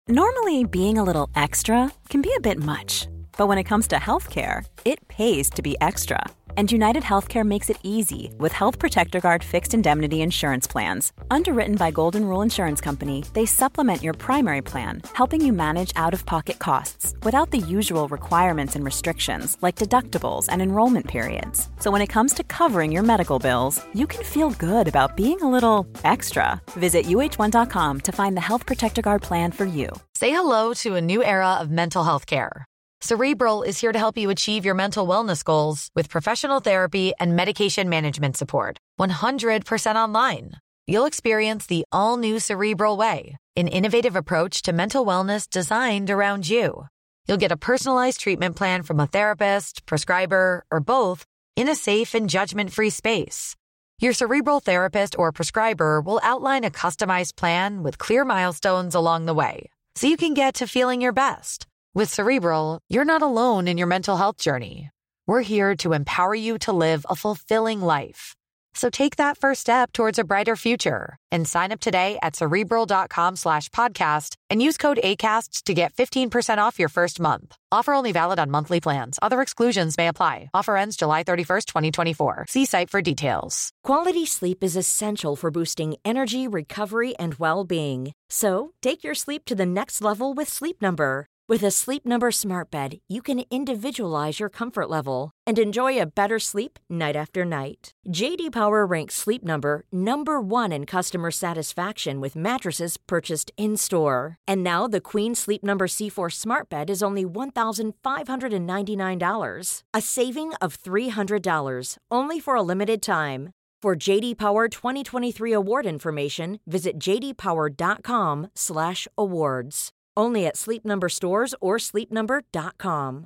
Normally, being a little extra can be a bit much, but when it comes to healthcare, it pays to be extra. And United Healthcare makes it easy with Health Protector Guard fixed indemnity insurance plans. Underwritten by Golden Rule Insurance Company, they supplement your primary plan, helping you manage out-of-pocket costs without the usual requirements and restrictions like deductibles and enrollment periods. So when it comes to covering your medical bills, you can feel good about being a little extra. Visit uh1.com to find the Health Protector Guard plan for you. Say hello to a new era of mental health care. Cerebral is here to help you achieve your mental wellness goals with professional therapy and medication management support. 100% online. You'll experience the all-new Cerebral Way, an innovative approach to mental wellness designed around you. You'll get a personalized treatment plan from a therapist, prescriber, or both in a safe and judgment-free space. Your Cerebral therapist or prescriber will outline a customized plan with clear milestones along the way, so you can get to feeling your best. With Cerebral, you're not alone in your mental health journey. We're here to empower you to live a fulfilling life. So take that first step towards a brighter future and sign up today at Cerebral.com/podcast and use code ACAST to get 15% off your first month. Offer only valid on monthly plans. Other exclusions may apply. Offer ends July 31st, 2024. See site for details. Quality sleep is essential for boosting energy, recovery, and well-being. So take your sleep to the next level with Sleep Number. With a Sleep Number smart bed, you can individualize your comfort level and enjoy a better sleep night after night. J.D. Power ranks Sleep Number #1 in customer satisfaction with mattresses purchased in-store. And now the Queen Sleep Number C4 smart bed is only $1,599, a saving of $300, only for a limited time. For J.D. Power 2023 award information, visit jdpower.com/awards. Only at Sleep Number stores or sleepnumber.com.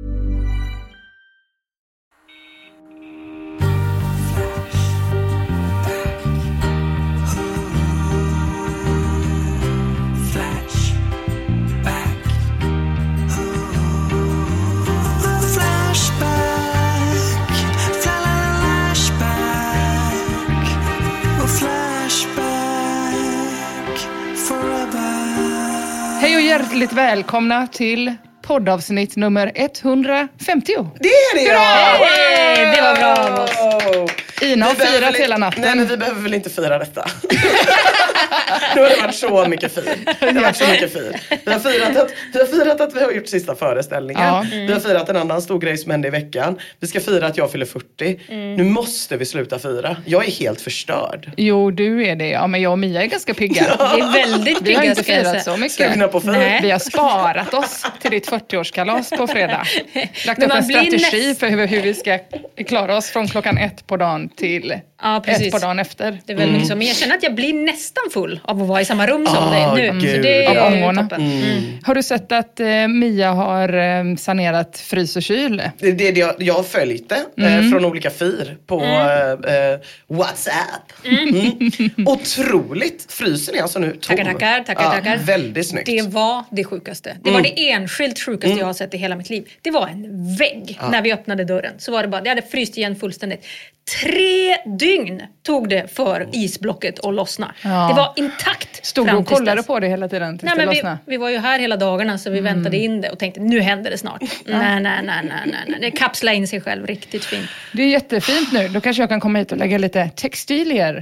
Hej och hjärtligt välkomna till poddavsnitt nummer 150. Det är det, ja! Hey, det var bra av oss. Ina har firat hela natten. Nej, men vi behöver väl inte fira detta. Nu har det varit så mycket fir. Det har varit så mycket fir. Vi har firat att vi har gjort sista föreställningen. Ja. Vi har firat en annan stor grej som hände i veckan. Vi ska fira att jag fyller 40. Nu måste vi sluta fira. Jag är helt förstörd. Jo, du är det. Ja, men jag och Mia är ganska pigga. Vi är väldigt pigga. Vi har inte firat så mycket. På vi har sparat oss till ditt 40-årskalas på fredag. Lagt upp en strategi för hur vi ska klara oss från klockan 1 på dagen till 1 på dagen efter. Det är väl mycket så. Men jag känner att jag blir nästan full av att vara i samma rum som dig nu. Så det är av ångorna. Har du sett att Mia har sanerat frys och kyl? Jag har följt det från olika fir på WhatsApp. Otroligt. Frysen är alltså nu tom. Tackar. Väldigt snyggt. Det var det sjukaste. Det var det enskilt sjukaste jag har sett i hela mitt liv. Det var en vägg när vi öppnade dörren. Så var det bara, det hade fryst igen fullständigt. 3 dygn tog det för isblocket att lossna. Det var intakt. Stod och kollade på det hela tiden tills det lossnade. Vi var ju här hela dagarna så vi väntade in det och tänkte, nu händer det snart. Nej. Det kapslar in sig själv riktigt fint. Det är jättefint nu. Då kanske jag kan komma hit och lägga lite textilier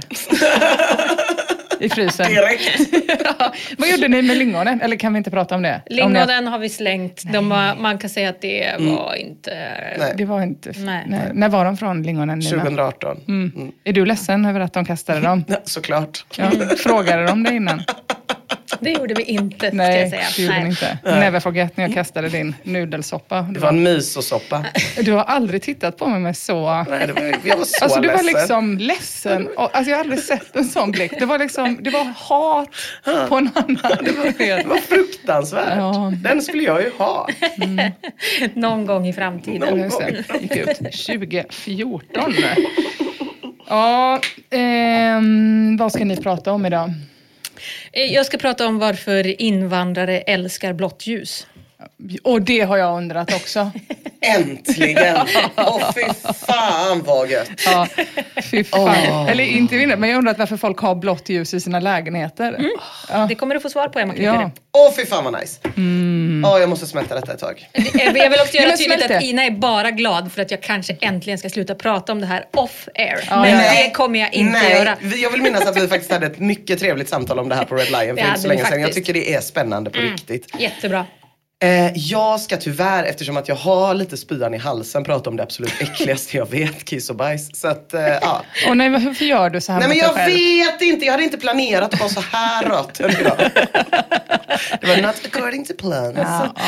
i frysen. Direkt. Vad gjorde ni med lingonen? Eller kan vi inte prata om det? Lingonen har vi slängt. Man kan säga att det var inte... Nej. Det var inte... Nej. När var de från lingonen? 2018. Är du ledsen över att de kastade dem? Ja, såklart. Ja. Frågade de det innan? Det gjorde vi inte, ska Nej, jag säga. Det gjorde inte. Never forget när jag kastade din nudelsoppa. Det var en misosoppa. Du har aldrig tittat på mig med så... Nej, jag var så alltså, du var ledsen. Liksom ledsen. Alltså, jag har aldrig sett en sån blick. Det var hat på en annan. Det var fruktansvärt. Ja. Den skulle jag ju ha. Någon gång i framtiden. Gick ut 2014. Ja, vad ska ni prata om idag? Jag ska prata om varför invandrare älskar blått ljus. Och det har jag undrat också. Äntligen! Fy fan vad gött. Ja, fy fan. Eller inte vinner, men jag undrar varför folk har blått ljus i sina lägenheter. Det kommer du få svar på, Emma. Fy fan vad nice. Jag måste smälta detta ett tag. Jag vill också göra tydligt att Ina är bara glad för att jag kanske äntligen ska sluta prata om det här off-air. Men det kommer jag inte göra. Jag vill minnas att vi faktiskt hade ett mycket trevligt samtal om det här på Red Lion för inte så länge sedan. Jag tycker det är spännande på riktigt. Jättebra. Jag ska tyvärr, eftersom att jag har lite spyan i halsen, prata om det absolut äckligaste jag vet, kiss och bajs. Så att, ja. Och nej, varför gör du så här? Nej, men jag vet inte, jag hade inte planerat att vara så här rött idag. Det var not according to plan.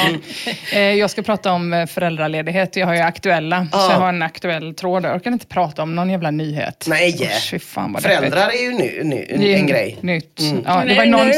Jag ska prata om föräldraledighet. Jag har ju aktuella, så jag har en aktuell tråd. Jag kan inte prata om någon jävla nyhet. Nej, fy fan vad föräldrar är ju en grej. Nytt. Ja, det var någon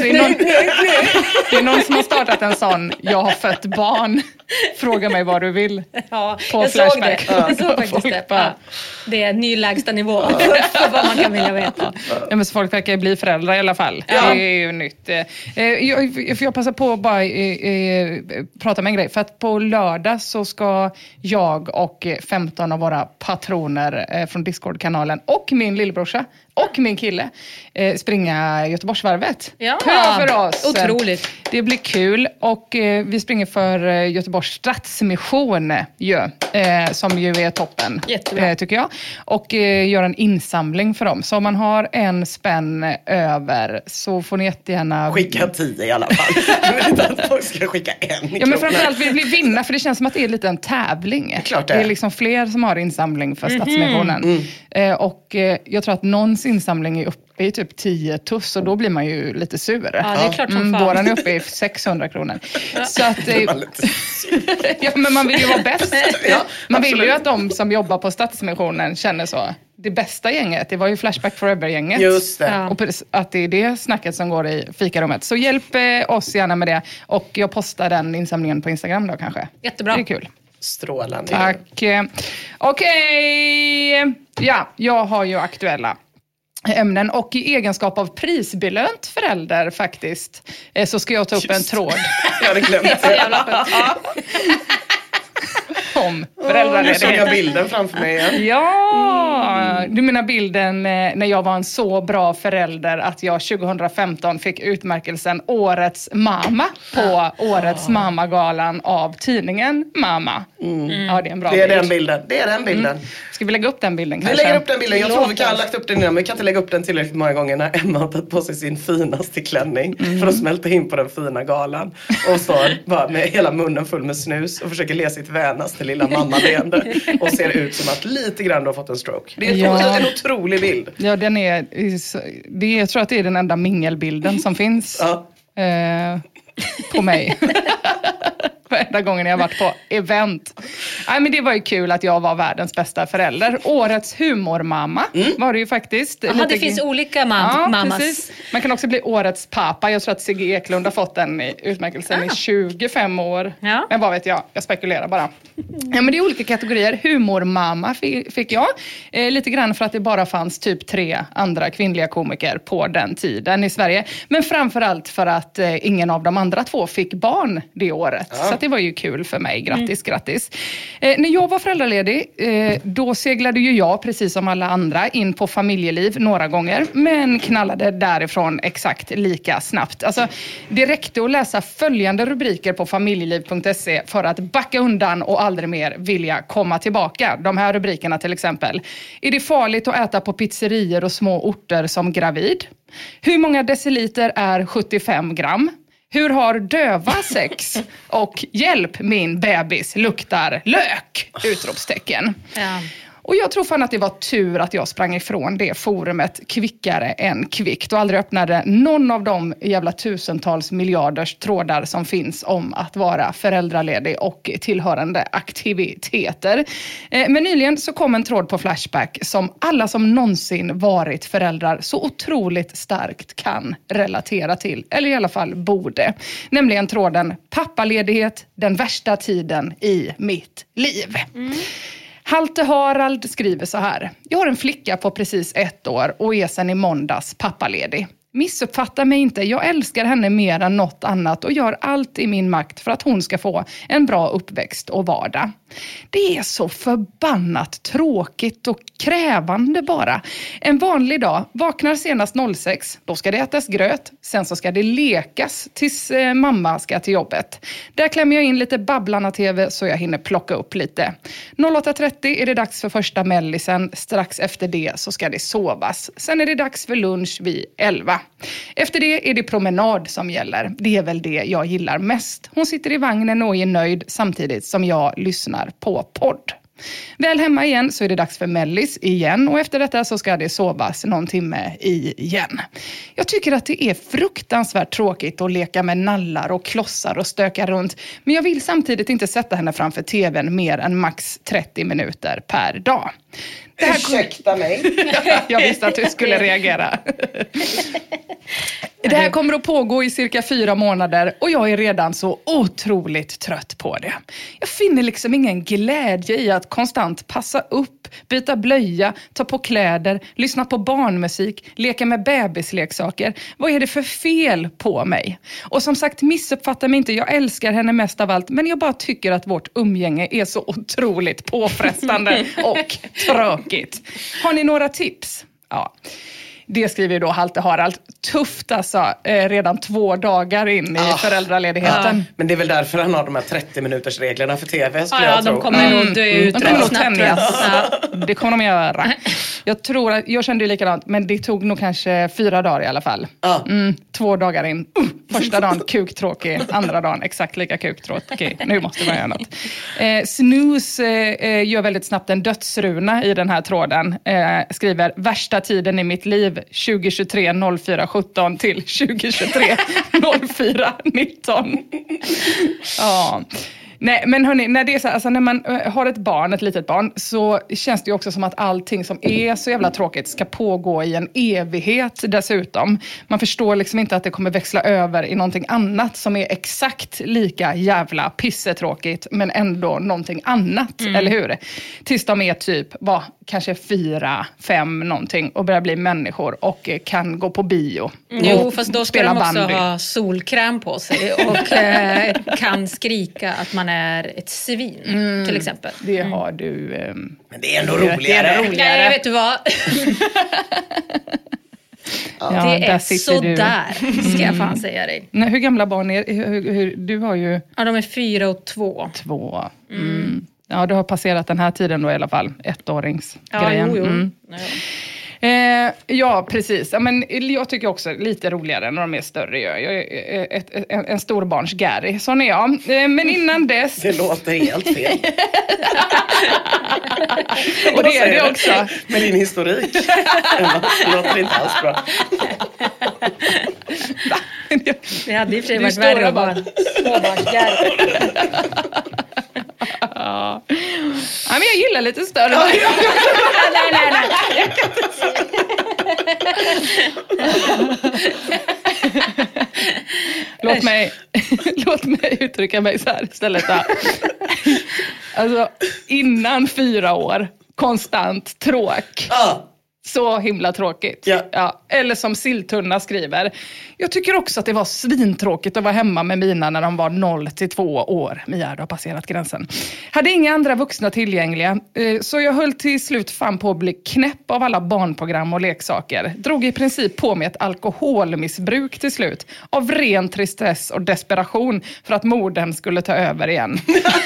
det är någon som har startat en sån, jag har fött barn. Fråga mig vad du vill. Ja, på jag Flashback. Jag såg faktiskt det. Ja. Det är en ny lägsta nivå för vad man kan vilja veta. Ja, men så folk verkar bli föräldrar i alla fall. Ja. Det är ju nytt. Jag passar på att bara prata med en grej. För att på lördag så ska jag och 15 av våra patroner från Discord-kanalen och min lillebrorsa och min kille springa Göteborgsvarvet. Ja, för oss. Otroligt. Det blir kul och vi springer för Göteborgs Stadsmission som ju är toppen. Tycker jag. Och gör en insamling för dem. Så om man har en spänn över så får ni jättegärna... Skicka 10 i alla fall. Jag vill inte att folk ska skicka 1 Ja, men framförallt vill vi vinna för det känns som att det är lite en tävling. Klart det. Det är liksom fler som har insamling för Stadsmissionen. Och jag tror att någons insamling är uppe i typ 10 tuss och då blir man ju lite sur. Ja, det är klart som fan. Våran är uppe i 600 kronor. Så att, ja, men man vill ju vara bäst. Man vill ju att de som jobbar på Stadsmissionen känner så. Det bästa gänget, det var ju Flashback Forever-gänget. Just det. Och att det är det snacket som går i fikarummet. Så hjälp oss gärna med det. Och jag postar den insamlingen på Instagram då kanske. Jättebra. Det är kul. Strålande. Tack. Okej. Ja, jag har ju aktuella ämnen och i egenskap av prisbelönt förälder faktiskt så ska jag ta upp en tråd. Jag hade glömt det. Om föräldraledighet. Nu såg jag bilden framför mig igen. Ja, du menar bilden när jag var en så bra förälder att jag 2015 fick utmärkelsen Årets mamma på Årets mammagalan av tidningen Mamma. Ja, det är en bra bild. Det är den bilden. Ska vi lägga upp den bilden kanske? Vi lägger upp den bilden. Jag tror vi kan ha lagt upp den innan, men vi kan inte lägga upp den tillräckligt många gånger när Emma har tagit på sig sin finaste klänning för att smälta in på den fina galan. Och står bara med hela munnen full med snus och försöker le sitt vänaste lilla mammaleende och ser ut som att lite grann har fått en stroke. Det är en otrolig bild. Ja, den är, jag tror att det är den enda mingelbilden som finns på mig. Varenda gången jag har varit på event. Nej, men det var ju kul att jag var världens bästa förälder. Årets humormamma var det ju faktiskt. Jaha, det finns olika mammas. Precis. Man kan också bli årets pappa. Jag tror att Sigge Eklund har fått den utmärkelsen i 25 år. Ja. Men vad vet jag spekulerar bara. Ja, men det är olika kategorier. Humormamma fick jag. Lite grann för att det bara fanns typ 3 andra kvinnliga komiker på den tiden i Sverige. Men framförallt för att ingen av de andra 2 fick barn det året. Ja. Så att det var ju kul för mig. Grattis. När jag var föräldraledig, då seglade ju jag, precis som alla andra, in på familjeliv några gånger. Men knallade därifrån exakt lika snabbt. Alltså, det räckte att läsa följande rubriker på familjeliv.se för att backa undan och aldrig mer vilja komma tillbaka. De här rubrikerna till exempel. Är det farligt att äta på pizzerior och små orter som gravid? Hur många deciliter är 75 gram? Hur har döva sex? Och hjälp, min bebis luktar lök! Utropstecken. Ja. Och jag tror fan att det var tur att jag sprang ifrån det forumet kvickare än kvickt och aldrig öppnade någon av de jävla tusentals miljarders trådar som finns om att vara föräldraledig och tillhörande aktiviteter. Men nyligen så kom en tråd på Flashback som alla som någonsin varit föräldrar så otroligt starkt kan relatera till, eller i alla fall borde. Nämligen tråden pappaledighet, den värsta tiden i mitt liv. Halte Harald skriver så här. Jag har en flicka på precis 1 år och är sedan i måndags pappaledig. Missuppfatta mig inte, jag älskar henne mer än något annat och gör allt i min makt för att hon ska få en bra uppväxt och vardag. Det är så förbannat tråkigt och krävande bara. En vanlig dag, vaknar senast 06, då ska det ätas gröt, sen så ska det lekas tills mamma ska till jobbet. Där klämmer jag in lite Babblarna-TV så jag hinner plocka upp lite. 08.30 är det dags för första mellisen, strax efter det så ska det sovas. Sen är det dags för lunch vid 11. Efter det är det promenad som gäller. Det är väl det jag gillar mest. Hon sitter i vagnen och är nöjd samtidigt som jag lyssnar på podd. Väl hemma igen så är det dags för mellis igen och efter detta så ska det sovas någon timme igen. Jag tycker att det är fruktansvärt tråkigt att leka med nallar och klossar och stöka runt. Men jag vill samtidigt inte sätta henne framför tvn mer än max 30 minuter per dag. Ursäkta mig. Jag visste att du skulle reagera. Det här kommer att pågå i cirka 4 månader och jag är redan så otroligt trött på det. Jag finner liksom ingen glädje i att konstant passa upp, byta blöja, ta på kläder, lyssna på barnmusik, leka med bebisleksaker. Vad är det för fel på mig? Och som sagt, missuppfatta mig inte, jag älskar henne mest av allt, men jag bara tycker att vårt umgänge är så otroligt påfrestande och tråkigt. Har ni några tips? Ja. Det skriver ju då Halte Harald. Tufft alltså, redan 2 dagar in i föräldraledigheten. Ja. Men det är väl därför han har de här 30 minuters reglerna för tv, skulle jag tro. De kommer nog dö ut rätt snabbt. Det kommer de göra. Jag tror att, jag kände ju likadant, men det tog nog kanske 4 dagar i alla fall. 2 dagar in. Första dagen kuktråkig, andra dagen exakt lika kuktråkig. Nu måste man göra något. Snooze gör väldigt snabbt en dödsruna i den här tråden. Skriver, värsta tiden i mitt liv 2023 04:17 till 2023 04:19. Ja. Nej, men hörni, när det är så här, alltså när man har ett litet barn, så känns det ju också som att allting som är så jävla tråkigt ska pågå i en evighet dessutom. Man förstår liksom inte att det kommer växla över i någonting annat som är exakt lika jävla pissetråkigt, men ändå någonting annat, eller hur? Tills de är typ, kanske 4-5 någonting och börjar bli människor och kan gå på bio. Jo, fast då ska de också ha solkräm på sig och kan skrika att man är ett svin, till exempel. Det har du... Men det är ändå roligare. Nej, jag vet du vad. Det är så där, ska jag fan säga dig. Nej, hur gamla barn är du har ju... Ja, de är 4 och 2. 2. Ja, du har passerat den här tiden då i alla fall. 1-åringsgrejen. Ja, ja, precis. Ja, men jag tycker också lite roligare när de är större. Jag är en storbarns Gary. Sån är jag. Men innan dess... Det låter helt fel. Och det är det också. Med din historik. Det låter inte alls bra. Det hade i och för sig varit värre att vara småbarns Gary. Ja, men jag gillar lite större. Nej. Låt mig uttrycka mig så här istället. Alltså, innan 4 år, konstant tråk. Så himla tråkigt. Ja. Eller som Silltunna skriver. Jag tycker också att det var svintråkigt att vara hemma med mina när de var 0-2 år. Mia har passerat gränsen. Hade inga andra vuxna tillgängliga. Så jag höll till slut fan på att bli knäpp av alla barnprogram och leksaker. Drog i princip på mig ett alkoholmissbruk till slut. Av ren tristess och desperation för att modern skulle ta över igen.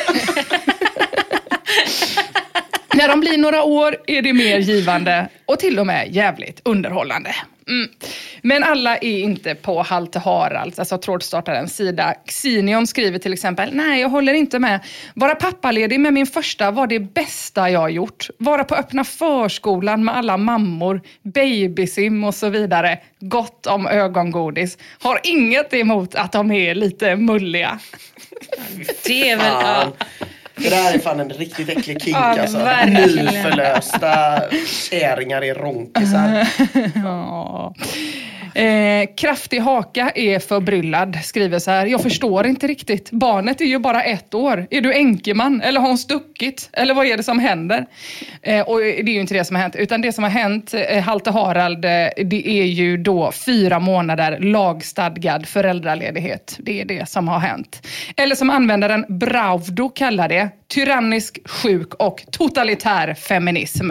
När de blir några år är det mer givande och till och med jävligt underhållande. Men alla är inte på Halte Harald, alltså trådstartarens sida. Xenion skriver till exempel, nej jag håller inte med. Vara pappaledig med min första var det bästa jag gjort. Vara på öppna förskolan med alla mammor, babysim och så vidare. Gott om ögongodis. Har inget emot att de är lite mulliga. Det är väl... Det där är fan en riktigt äcklig kink, alltså. Verkligen. Nyförlösta käringar i ronkisar. Kraftig haka är förbryllad, skriver så här: jag förstår inte riktigt. Barnet är ju bara 1 år. Är du änkeman? Eller har hon stuckit? Eller vad är det som händer? Och det är ju inte det som har hänt. Utan det som har hänt, Halte Harald, det är ju då 4 månader lagstadgad föräldraledighet. Det är det som har hänt. Eller som användaren Bravdo kallar det: tyrannisk, sjuk och totalitär feminism.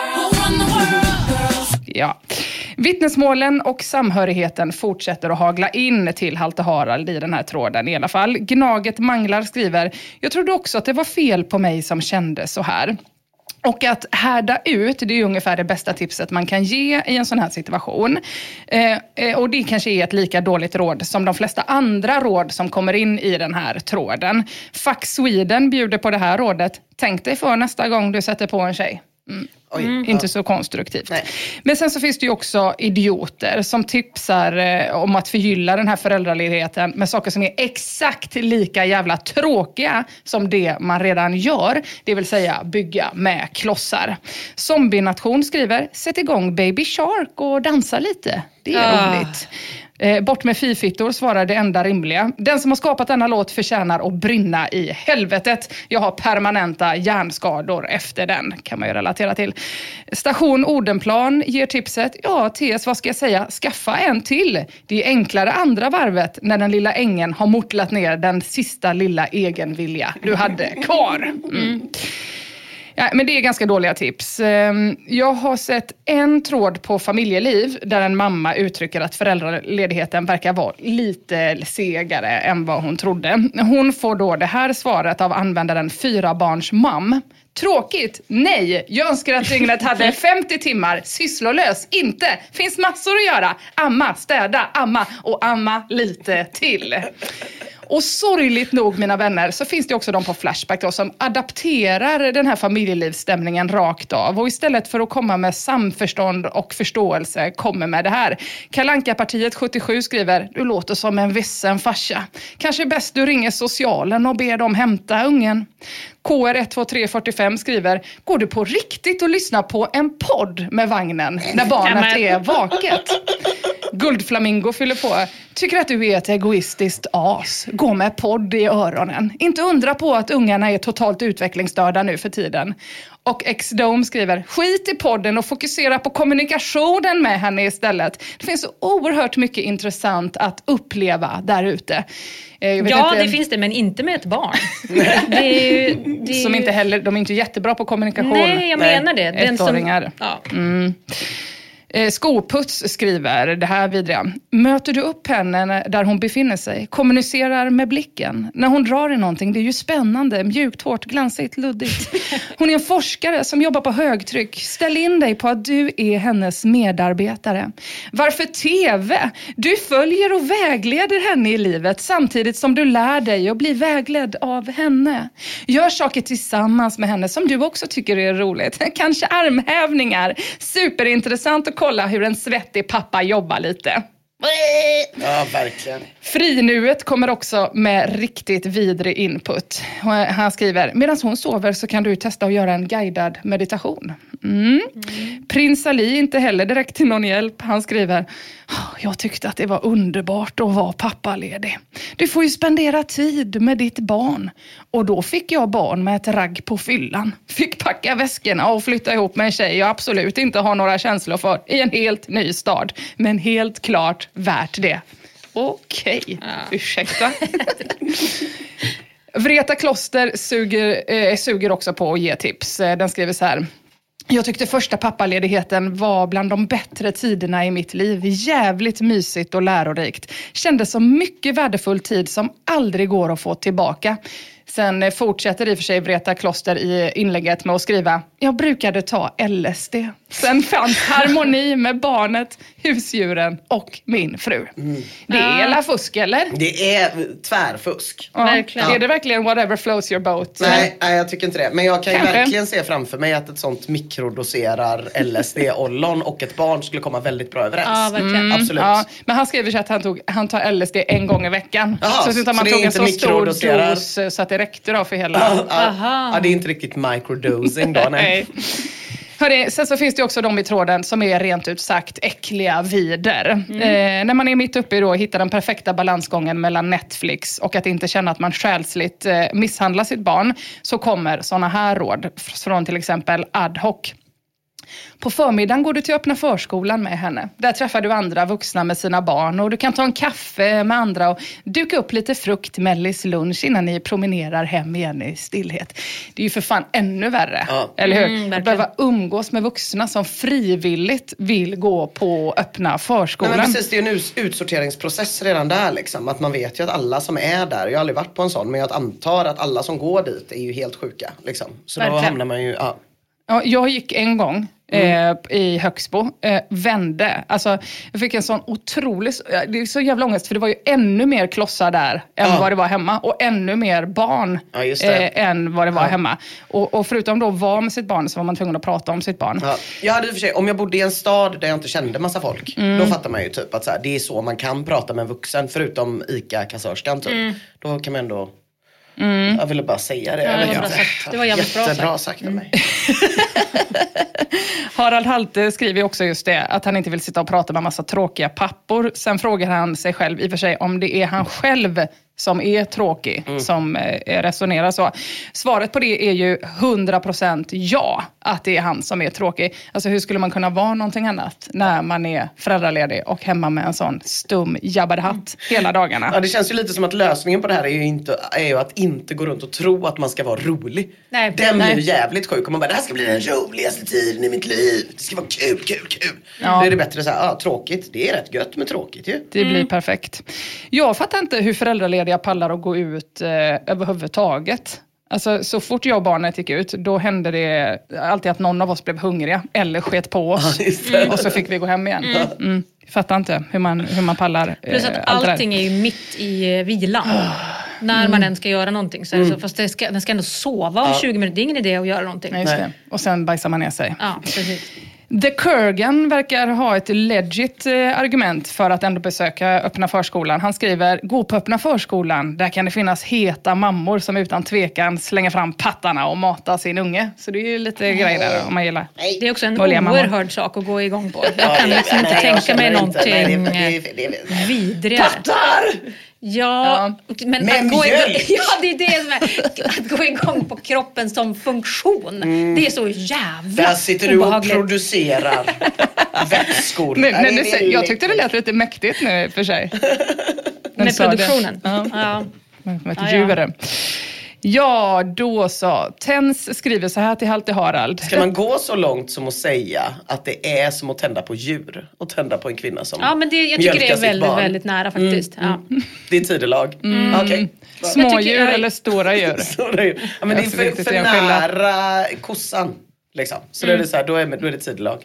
Ja. Vittnesmålen och samhörigheten fortsätter att hagla in till Halte Harald i den här tråden i alla fall. Gnaget Manglar skriver: jag trodde också att det var fel på mig som kände så här. Och att härda ut, det är ungefär det bästa tipset man kan ge i en sån här situation. Och det kanske är ett lika dåligt råd som de flesta andra råd som kommer in i den här tråden. Fuck Sweden bjuder på det här rådet. Tänk dig för nästa gång du sätter på en tjej. Inte så konstruktivt. Nej. Men sen så finns det ju också idioter som tipsar om att förgylla den här föräldraledigheten med saker som är exakt lika jävla tråkiga som det man redan gör. Det vill säga bygga med klossar. Zombie-nation skriver: sätt igång Baby Shark och dansa lite. Det är roligt. Bort med fifittor svarar det enda rimliga. Den som har skapat denna låt förtjänar att brinna i helvetet. Jag har permanenta hjärnskador efter den, kan man ju relatera till. Station Odenplan ger tipset: ja, TS, vad ska jag säga? Skaffa en till. Det är enklare andra varvet när den lilla ängen har mortlat ner den sista lilla egenvilja du hade kvar. Ja, men det är ganska dåliga tips. Jag har sett en tråd på Familjeliv där en mamma uttrycker att föräldraledigheten verkar vara lite segare än vad hon trodde. Hon får då det här svaret av användaren 4 barns mam. Tråkigt? Nej. Jag önskar att dygnet hade 50 timmar. Sysslolös? Inte. Finns massor att göra. Amma, städa, amma och amma lite till. Och sorgligt nog, mina vänner, så finns det också de på Flashback då, som adapterar den här familjelivsstämningen rakt av. Och istället för att komma med samförstånd och förståelse kommer med det här. Kalanka-partiet 77 skriver: du låter som en vissen farsa. Kanske bäst du ringer socialen och ber dem hämta ungen. KR12345 skriver: går du på riktigt och lyssnar på en podd med vagnen när barnet är vaket? Guldflamingo fyller på: tycker att du är ett egoistiskt as. Gå med podd i öronen. Inte undra på att ungarna är totalt utvecklingsstörda nu för tiden. Och X-Dome skriver: skit i podden och fokusera på kommunikationen med henne istället. Det finns så oerhört mycket intressant att uppleva där ute. Det finns det, men inte med ett barn. Som inte heller, de är inte jättebra på kommunikation. Nej, jag menar det. Den ettåringar. Skoputs skriver det här vidare: möter du upp henne där hon befinner sig? Kommunicerar med blicken. När hon drar i någonting, det är ju spännande, mjukt, hårt, glansigt, luddigt. Hon är en forskare som jobbar på högtryck. Ställ in dig på att du är hennes medarbetare. Varför TV? Du följer och vägleder henne i livet samtidigt som du lär dig att bli vägledd av henne. Gör saker tillsammans med henne som du också tycker är roligt. Kanske armhävningar. Superintressant att kolla hur en svettig pappa jobbar lite. Ja, verkligen. Frinuet kommer också med riktigt vidrig input. Han skriver: medan hon sover så kan du testa att göra en guidad meditation. Prins Ali inte heller direkt till någon hjälp. Han skriver: jag tyckte att det var underbart att vara pappaledig. Du får ju spendera tid med ditt barn. Och då fick jag barn med ett ragg på fyllan. Fick packa väskorna och flytta ihop med en tjej jag absolut inte har några känslor för i en helt ny stad. Men helt klart värt det. Okej. Ursäkta. Vreta Kloster suger också på att ge tips. Den skriver så här: jag tyckte första pappaledigheten var bland de bättre tiderna i mitt liv. Jävligt mysigt och lärorikt. Kändes som mycket värdefull tid som aldrig går att få tillbaka. Sen fortsätter i och för sig Vreta Kloster i inlägget med att skriva: jag brukade ta LSD. Sen fanns harmoni med barnet, husdjuren och min fru. Det är hela fusk, eller? Det är tvärfusk. Ja, verkligen. Är det verkligen whatever floats your boat? Nej, jag tycker inte det. Men jag kan ju verkligen se framför mig att ett sånt mikrodoserar LSD-ollon och ett barn skulle komma väldigt bra överens. Ja, verkligen. Absolut. Ja, men han skriver så att han tar LSD en gång i veckan. Aha, så man tog en så stor dos så att det räckte då för hela... Ja, det är inte riktigt microdosing då, nej. Hörrni, sen så finns det också de i tråden som är rent ut sagt äckliga vider. När man är mitt uppe i då hittar den perfekta balansgången mellan Netflix och att inte känna att man själsligt misshandlar sitt barn, så kommer såna här råd från till exempel Ad hoc. På förmiddagen går du till öppna förskolan med henne. Där träffar du andra vuxna med sina barn och du kan ta en kaffe med andra och duka upp lite frukt, mellis, lunch innan ni promenerar hem igen i stillhet. Det är ju för fan ännu värre, eller hur? Att behöva umgås med vuxna som frivilligt vill gå på öppna förskolan. Nej, men precis, det är en utsorteringsprocess redan där liksom. Att man vet ju att alla som är där, jag har aldrig varit på en sån, men jag antar att alla som går dit är ju helt sjuka liksom. Så verkligen. Då hamnar man ju, Ja, jag gick en gång i Högsbo, vände. Alltså, jag fick en sån otrolig... Det är så jävla ångest, för det var ju ännu mer klossar där än vad det var hemma. Och ännu mer barn än vad det var hemma. Och förutom då vara med sitt barn så var man tvungen att prata om sitt barn. Ja. Jag hade i och för sig, om jag bodde i en stad där jag inte kände massa folk, då fattar man ju typ att så här, det är så man kan prata med en vuxen, förutom ICA-kassörskan typ. Då kan man ändå... Jag ville bara säga det. Det var jättebra sagt av mig. Harald Halte skriver också just det, att han inte vill sitta och prata med massa tråkiga pappor. Sen frågar han sig själv i och för sig om det är han själv som är tråkig, som resonerar så. Svaret på det är ju 100% ja, att det är han som är tråkig. Alltså hur skulle man kunna vara någonting annat när man är föräldraledig och hemma med en sån stum jabbadahatt hela dagarna? Ja, det känns ju lite som att lösningen på det här är ju att inte gå runt och tro att man ska vara rolig. Den blir ju jävligt sjuk. Och man bara, det här ska bli den roligaste tiden i mitt liv. Det ska vara kul. Ja. Då är det bättre så här, tråkigt. Det är rätt gött med tråkigt ju. Det blir perfekt. Jag fattar inte hur föräldralediga pallar att gå ut överhuvudtaget. Alltså så fort jag och barnet gick ut, då hände det alltid att någon av oss blev hungriga eller sket på oss. Och så fick vi gå hem igen. Fattar inte hur man pallar. Plus att allting är ju mitt i vilan. När man än ska göra någonting. Så så, fast den ska ändå sova om 20 minuter. Det är ingen idé att göra någonting. Nej, just det. Och sen bajsar man ner sig. Ja, precis. The Kurgan verkar ha ett legit argument för att ändå besöka öppna förskolan. Han skriver, gå på öppna förskolan. Där kan det finnas heta mammor som utan tvekan slänger fram pattarna och matar sin unge. Så det är ju lite grejer där om man gillar. Det är också en oerhörd sak att gå igång på. Jag kan liksom inte tänka mig någonting vidrigare. Pattar! Ja, men att gå igång, det är det som är att gå igång på kroppen som funktion. Det är så jävla där sitter du och producerar vätskor. Jag tyckte det lät lite mäktigt nu för sig. Med produktionen. Djur. Ja, då så. Tens skriver så här till Halte Harald. Ska man gå så långt som att säga att det är som att tända på djur och tända på en kvinna som jag tycker det är väldigt, väldigt nära faktiskt. Det är tidelag. Okej. Smådjur eller stora djur? Stora djur. Ja, men det är för nära kossan. Liksom. Så då är det så här, då är det tidelag.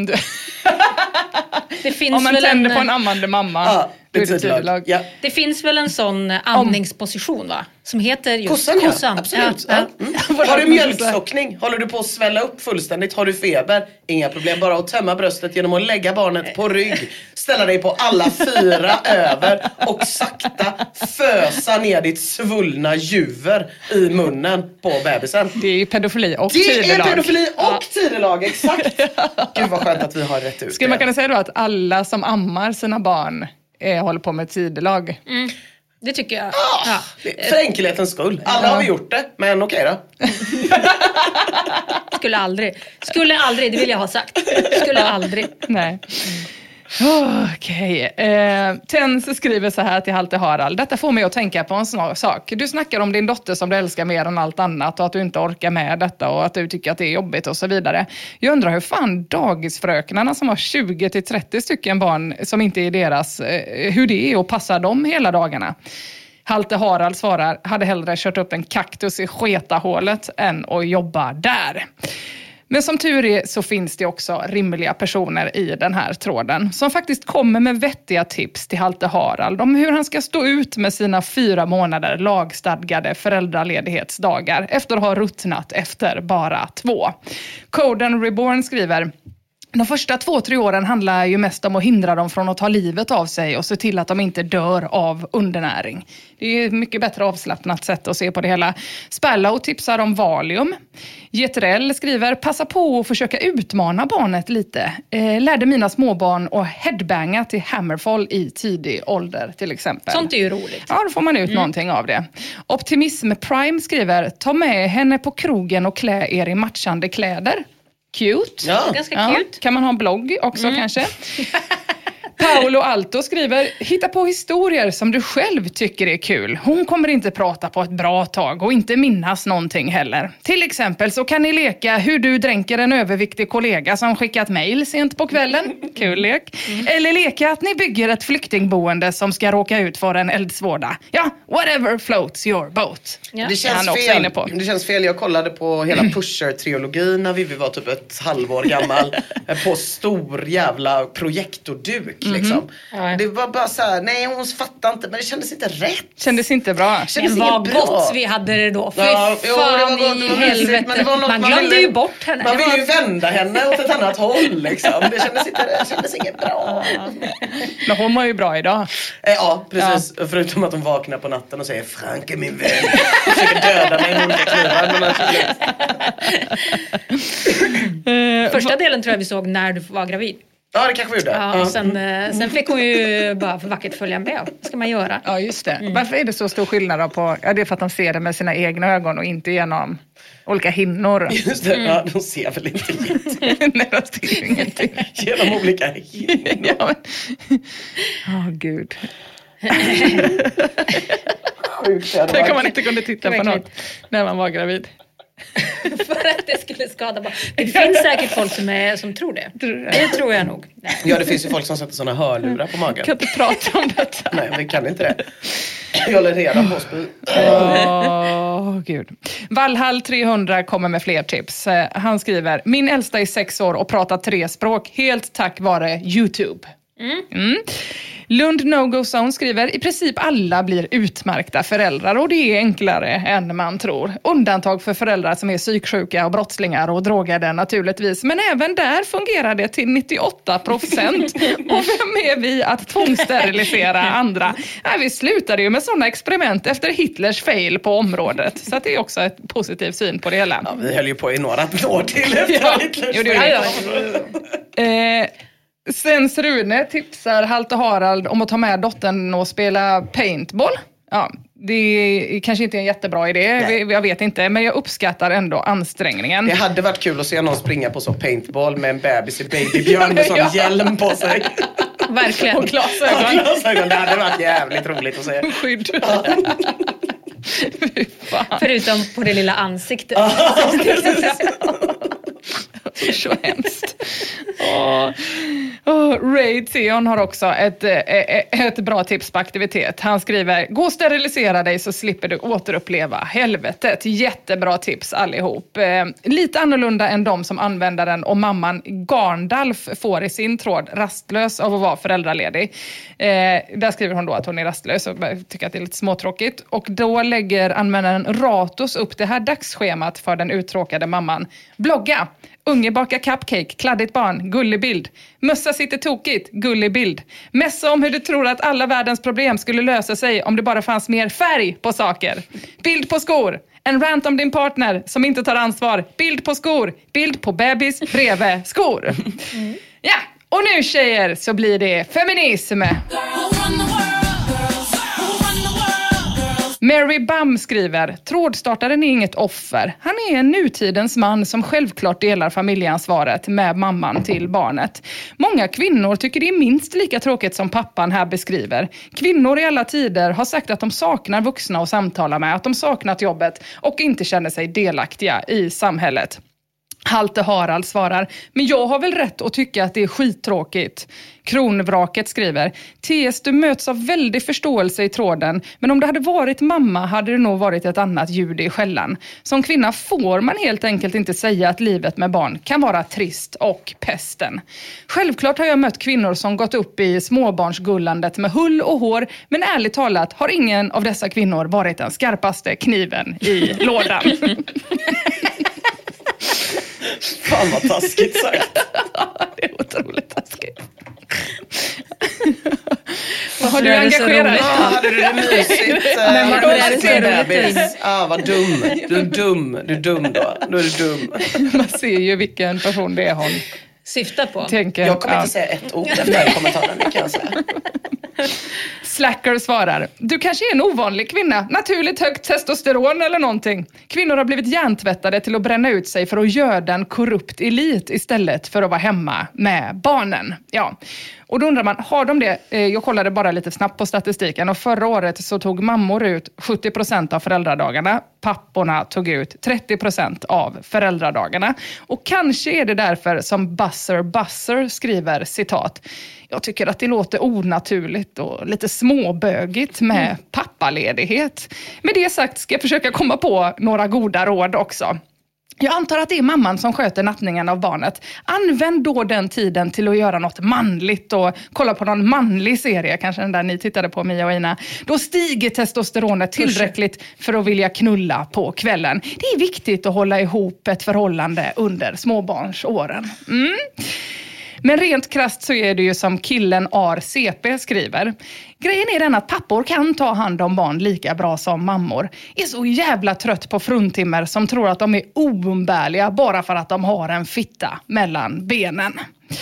Det finns om man tänder på en ammande mamma, då är det tidelag. Ja. Det finns väl en sån amningsposition va? Som heter just kossan. Absolut. Ja. Har du mjölkstockning? Håller du på att svälla upp fullständigt? Har du feber? Inga problem. Bara att tömma bröstet genom att lägga barnet på rygg. Ställa dig på alla 4 över och sakta fösa ner ditt svullna juver i munnen på bebisen. Det är ju pedofili och tidelag. Det är pedofili och tidelag, exakt. Gud vad skönt att vi har rätt ut. Skulle man kunna säga då att alla som ammar sina barn håller på med tidelag? Det tycker jag. För enkelhetens skull. Alla har gjort det, men okej då. Skulle aldrig, det vill jag ha sagt. Skulle aldrig. Nej. Okej. Tens skriver så här till Halte Harald. Detta får mig att tänka på en sån sak. Du snackar om din dotter som du älskar mer än allt annat och att du inte orkar med detta och att du tycker att det är jobbigt och så vidare. Jag undrar hur fan dagisfröknarna som har 20-30 stycken barn som inte är deras, hur det är och passar dem hela dagarna. Halte Harald svarar, hade hellre kört upp en kaktus i sketahålet än att jobba där. Men som tur är så finns det också rimliga personer i den här tråden som faktiskt kommer med vettiga tips till Halte Harald om hur han ska stå ut med sina 4 månader lagstadgade föräldraledighetsdagar efter att ha ruttnat efter bara 2. Coden Reborn skriver: De första 2-3 åren handlar ju mest om att hindra dem från att ta livet av sig och se till att de inte dör av undernäring. Det är ett mycket bättre avslappnat sätt att se på det hela. Spallow tipsar om Valium. Jetrell skriver, passa på att försöka utmana barnet lite. Lärde mina småbarn att headbanga till Hammerfall i tidig ålder till exempel. Sånt är ju roligt. Ja, då får man ut någonting av det. Optimism Prime skriver, ta med henne på krogen och klä er i matchande kläder. Cute. Ja. Ganska cute. Kan man ha en blogg också kanske? Paolo Alto skriver, hitta på historier som du själv tycker är kul. Hon kommer inte prata på ett bra tag och inte minnas någonting heller. Till exempel så kan ni leka hur du dränker en överviktig kollega som skickat mejl sent på kvällen. Kul lek. Eller leka att ni bygger ett flyktingboende som ska råka ut för en eldsvåda. Ja, whatever floats your boat. Ja. Det känns fel. Det känns fel. Jag kollade på hela Pusher-trilogin när Vivi var typ ett halvår gammal på stor jävla projektorduk liksom. Det var bara så här, nej hon fattar inte, men det kändes inte rätt. Kändes inte bra. Men vad gott vi hade det då. Fy fan i helvete. Man glömde ju bort henne. Man ville ju vända henne åt ett annat håll liksom. Det kändes inget bra. Men hon var ju bra idag. Ja, precis. Ja. Förutom att hon vaknar på natten och säger, Frank är min vän. Och försöker döda mig med olika knivar. Första delen tror jag vi såg när du var gravid. Ja, det kanske vi gjorde. Ja, sen fick hon ju bara för vackert följa med. Vad ska man göra? Ja, just det. Varför är det så stor skillnad då på... Ja, det är för att de ser det med sina egna ögon och inte genom olika hinnor. Just det, ja, de ser väl inte Nej, de ser ingenting. Genom olika hinnor. Ja, men... gud. Sjukt. Tänk om man inte kunde titta på något när man var gravid. För att det skulle skada barn. Det finns säkert folk som tror det. Det tror jag nog. Nej. Ja, det finns ju folk som sätter såna hörlurar på magen. Kan inte prata om detta. Nej, vi kan inte det. Jag håller redan på spy. Gud. Valhall 300 kommer med fler tips. Han skriver, min äldsta är 6 år och pratar 3 språk helt tack vare YouTube. Lund No-Go Zone skriver, i princip alla blir utmärkta föräldrar och det är enklare än man tror. Undantag för föräldrar som är psyksjuka och brottslingar och drogade naturligtvis. Men även där fungerar det till 98%. Och vem är vi att tvångssterilisera andra? Nej, vi slutade ju med sådana experiment efter Hitlers fail på området. Så att det är också ett positiv syn på det hela. Ja, vi höll ju på i några år till efter Hitlers fail. Sen Rune tipsar Halte Harald om att ta med dottern och spela paintball. Ja, det är kanske inte en jättebra idé, jag vet inte, men jag uppskattar ändå ansträngningen. Det hade varit kul att se någon springa på så paintball med en bebis i babybjörn med sån hjälm på sig. Verkligen. Och glasögon. Det hade varit jävligt roligt att se. Skydd. Förutom på det lilla ansiktet. Så hemskt. Ray Theon har också ett bra tips på aktivitet. Han skriver, gå och sterilisera dig så slipper du återuppleva helvetet. Jättebra tips allihop. Lite annorlunda än de som användaren och mamman Garndalf får i sin tråd, rastlös av att vara föräldraledig. Där skriver hon då att hon är rastlös och tycker att det är lite småtråkigt. Och då lägger användaren Ratos upp det här dagsschemat för den uttråkade mamman. Blogga. Unge bakar cupcake, kladdigt barn, gullig bild. Mössa sitter tokigt, gullig bild. Mässa om hur du tror att alla världens problem skulle lösa sig om det bara fanns mer färg på saker. Bild på skor. En rant om din partner som inte tar ansvar. Bild på skor. Bild på bebis bredvid skor. Ja, och nu tjejer så blir det feminism. Mary Bum skriver, trådstartaren är inget offer. Han är en nutidens man som självklart delar familjeansvaret med mamman till barnet. Många kvinnor tycker det är minst lika tråkigt som pappan här beskriver. Kvinnor i alla tider har sagt att de saknar vuxna att samtala med, att de saknat jobbet och inte känner sig delaktiga i samhället. Halte Harald svarar, men jag har väl rätt att tycka att det är skittråkigt. Kronvraket skriver, TS, du möts av väldig förståelse i tråden, men om det hade varit mamma hade det nog varit ett annat ljud i skällan. Som kvinna får man helt enkelt inte säga att livet med barn kan vara trist och pesten. Självklart har jag mött kvinnor som gått upp i småbarnsgullandet med hull och hår, men ärligt talat har ingen av dessa kvinnor varit den skarpaste kniven i lådan. Fan vad taskigt sagt. Det är otroligt taskigt. Har du engagerat? Hade du det mysigt? Vad dum. Du är dum då. Då är du dum. Man ser ju vilken person det är hon syftar på. Jag kommer inte säga ett ord efter den kommentaren, det kan jag säga. Slacker svarar: du kanske är en ovanlig kvinna. Naturligt högt testosteron eller någonting. Kvinnor har blivit hjärntvättade till att bränna ut sig för att göda en korrupt elit istället för att vara hemma med barnen. Ja. Och då undrar man, har de det? Jag kollade bara lite snabbt på statistiken och förra året så tog mammor ut 70% av föräldradagarna. Papporna tog ut 30% av föräldradagarna. Och kanske är det därför som Buzzer skriver, citat: jag tycker att det låter onaturligt och lite småbögigt med pappaledighet. Med det sagt ska jag försöka komma på några goda råd också. Jag antar att det är mamman som sköter nattningen av barnet. Använd då den tiden till att göra något manligt och kolla på någon manlig serie, kanske den där ni tittade på, Mia och Ina. Då stiger testosteronet tillräckligt för att vilja knulla på kvällen. Det är viktigt att hålla ihop ett förhållande under småbarnsåren. Men rent krasst så är det ju som killen RCP skriver. Grejen är den att pappor kan ta hand om barn lika bra som mammor. Är så jävla trött på fruntimmer som tror att de är oumbärliga bara för att de har en fitta mellan benen.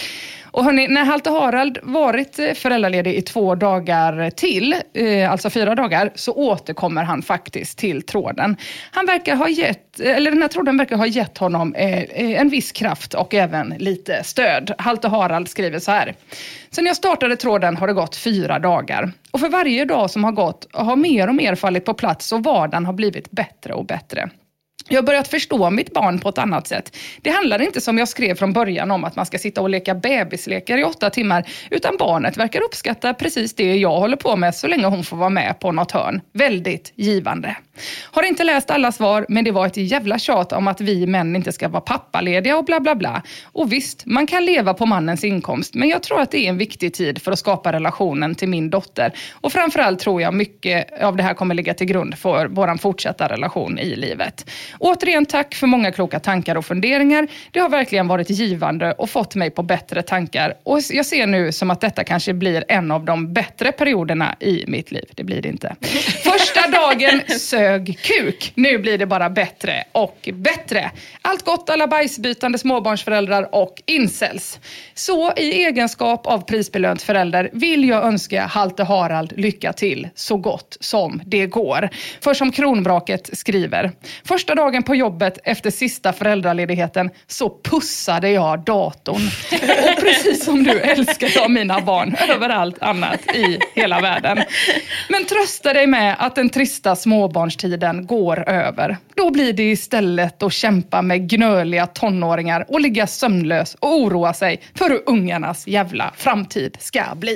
Och hörni, när Halte Harald varit föräldraledig i 2 dagar till, alltså 4 dagar, så återkommer han faktiskt till tråden. Han verkar ha den här tråden verkar ha gett honom en viss kraft och även lite stöd. Halte Harald skriver så här: sen jag startade tråden har det gått 4 dagar. Och för varje dag som har gått har mer och mer fallit på plats och vardagen har blivit bättre och bättre. Jag har börjat förstå mitt barn på ett annat sätt. Det handlar inte som jag skrev från början om att man ska sitta och leka bebislekar i 8 timmar. Utan barnet verkar uppskatta precis det jag håller på med så länge hon får vara med på något hörn. Väldigt givande. Har inte läst alla svar, men det var ett jävla tjat om att vi män inte ska vara pappalediga och bla bla bla. Och visst, man kan leva på mannens inkomst, men jag tror att det är en viktig tid för att skapa relationen till min dotter. Och framförallt tror jag mycket av det här kommer ligga till grund för våran fortsatta relation i livet. Återigen tack för många kloka tankar och funderingar. Det har verkligen varit givande och fått mig på bättre tankar. Och jag ser nu som att detta kanske blir en av de bättre perioderna i mitt liv. Det blir det inte. Första dagen sög kuk. Nu blir det bara bättre och bättre. Allt gott alla bajsbytande småbarnsföräldrar och incels. Så i egenskap av prisbelönt förälder vill jag önska Halte Harald lycka till så gott som det går. För som Kronbraket skriver: första dagen på jobbet efter sista föräldraledigheten så pussade jag datorn. Och precis som du älskar jag mina barn överallt annat i hela världen. Men trösta dig med att den trista småbarnstiden går över. Då blir det istället att kämpa med gnöliga tonåringar och ligga sömnlös och oroa sig för hur ungarnas jävla framtid ska bli.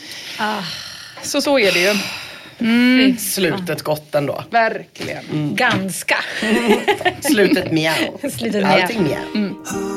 Så är det ju. Slutet gott ändå. Verkligen. Ganska. Slutet mjau. Allting mjau.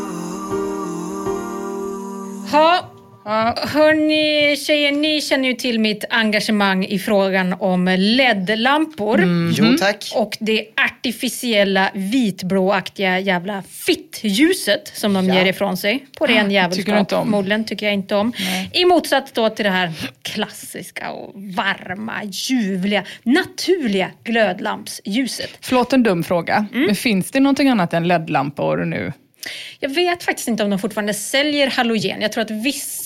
Hörni tjejer, ni känner ju till mitt engagemang i frågan om LED-lampor. Jo tack. Och det artificiella vitblåaktiga jävla fittljuset som de ger ifrån sig. På ren jävelskap. Förmodligen tycker jag inte om. Nej. I motsats då till det här klassiska och varma, ljuvliga, naturliga glödlampsljuset. Förlåt en dum fråga. Men finns det någonting annat än LED-lampor nu? Jag vet faktiskt inte om de fortfarande säljer halogen. Jag tror att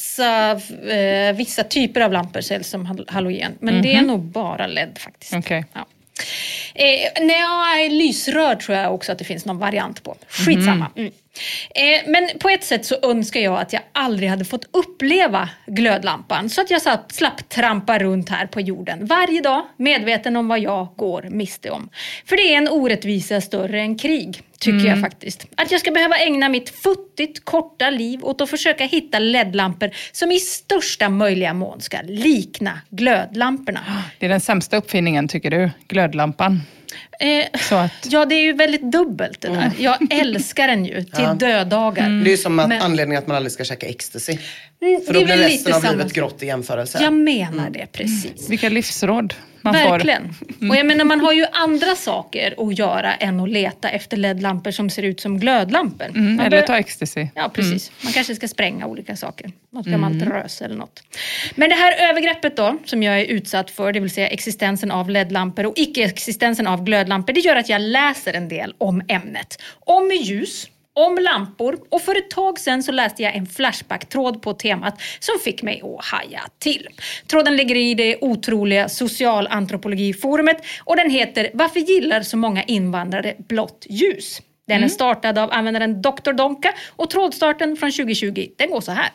vissa typer av lampor säljs som halogen. Men det är nog bara LED faktiskt. Okay. Ja. När jag är lysrörd tror jag också att det finns någon variant på. Skitsamma. Men på ett sätt så önskar jag att jag aldrig hade fått uppleva glödlampan. Så att jag slapp trampa runt här på jorden varje dag, medveten om vad jag går miste om. För det är en orättvisa större än krig, tycker jag faktiskt. Att jag ska behöva ägna mitt futtigt korta liv åt att försöka hitta LED-lampor som i största möjliga mån ska likna glödlamporna. Det är den sämsta uppfinningen, tycker du? Glödlampan? Ja, det är ju väldigt dubbelt det där. Jag älskar den ju till döddagar. Det är ju som att anledningen att man aldrig ska käka ecstasy. För då blir resten av livet grått i jämförelse. Jag menar det, precis. Vilka livsråd man Verkligen. får. Och jag menar, man har ju andra saker att göra än att leta efter LED-lampor som ser ut som glödlampor. Eller ta ecstasy. Ja, precis. Man kanske ska spränga olika saker. Något gammalt rös eller något. Men det här övergreppet då, som jag är utsatt för, det vill säga existensen av LED-lampor och icke-existensen av glödlampor, det gör att jag läser en del om ämnet. Om ljus, om lampor, och för ett tag sedan så läste jag en Flashback-tråd på temat som fick mig att haja till. Tråden ligger i det otroliga socialantropologiforumet och den heter "Varför gillar så många invandrare blått ljus?" Den är startad av användaren Dr. Donka och trådstarten från 2020, den går så här.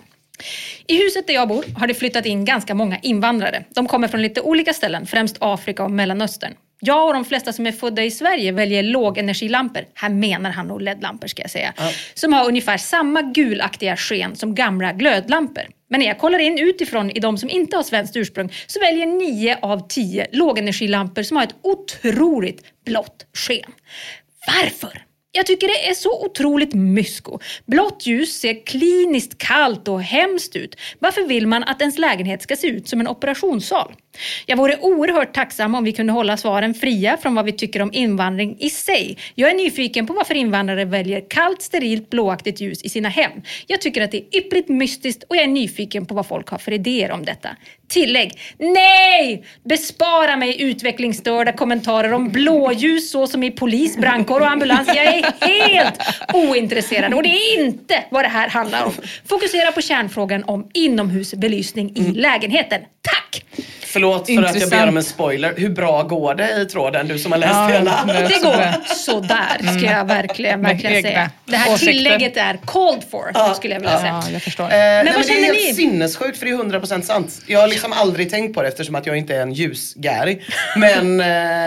I huset där jag bor har det flyttat in ganska många invandrare. De kommer från lite olika ställen, främst Afrika och Mellanöstern. Jag och de flesta som är födda i Sverige väljer lågenergilampor. Här menar han nog LED-lampor ska jag säga. Som har ungefär samma gulaktiga sken som gamla glödlampor. Men när jag kollar in utifrån i de som inte har svenskt ursprung så väljer 9 av 10 lågenergilampor som har ett otroligt blått sken. Varför? Jag tycker det är så otroligt mysko. Blått ljus ser kliniskt kallt och hemskt ut. Varför vill man att ens lägenhet ska se ut som en operationssal? Jag vore oerhört tacksam om vi kunde hålla svaren fria från vad vi tycker om invandring i sig. Jag är nyfiken på varför invandrare väljer kallt, sterilt, blåaktigt ljus i sina hem. Jag tycker att det är yppligt mystiskt och jag är nyfiken på vad folk har för idéer om detta. Tillägg: nej! Bespara mig utvecklingsstörda kommentarer om blåljus så som i polis, brandkår och ambulans. Jag är helt ointresserad och det är inte vad det här handlar om. Fokusera på kärnfrågan om inomhusbelysning i lägenheten. Tack! Förlåt för att jag ber om en spoiler. Hur bra går det i tråden, du som har läst hela? Det går sådär, ska jag verkligen säga. Det här tillägget är called for, skulle jag vilja säga. Ja, jag förstår. Men vad känner det är ni? helt sinnessjukt, för det är 100% sant. Jag har liksom aldrig tänkt på det eftersom att jag inte är en ljusgäri. Men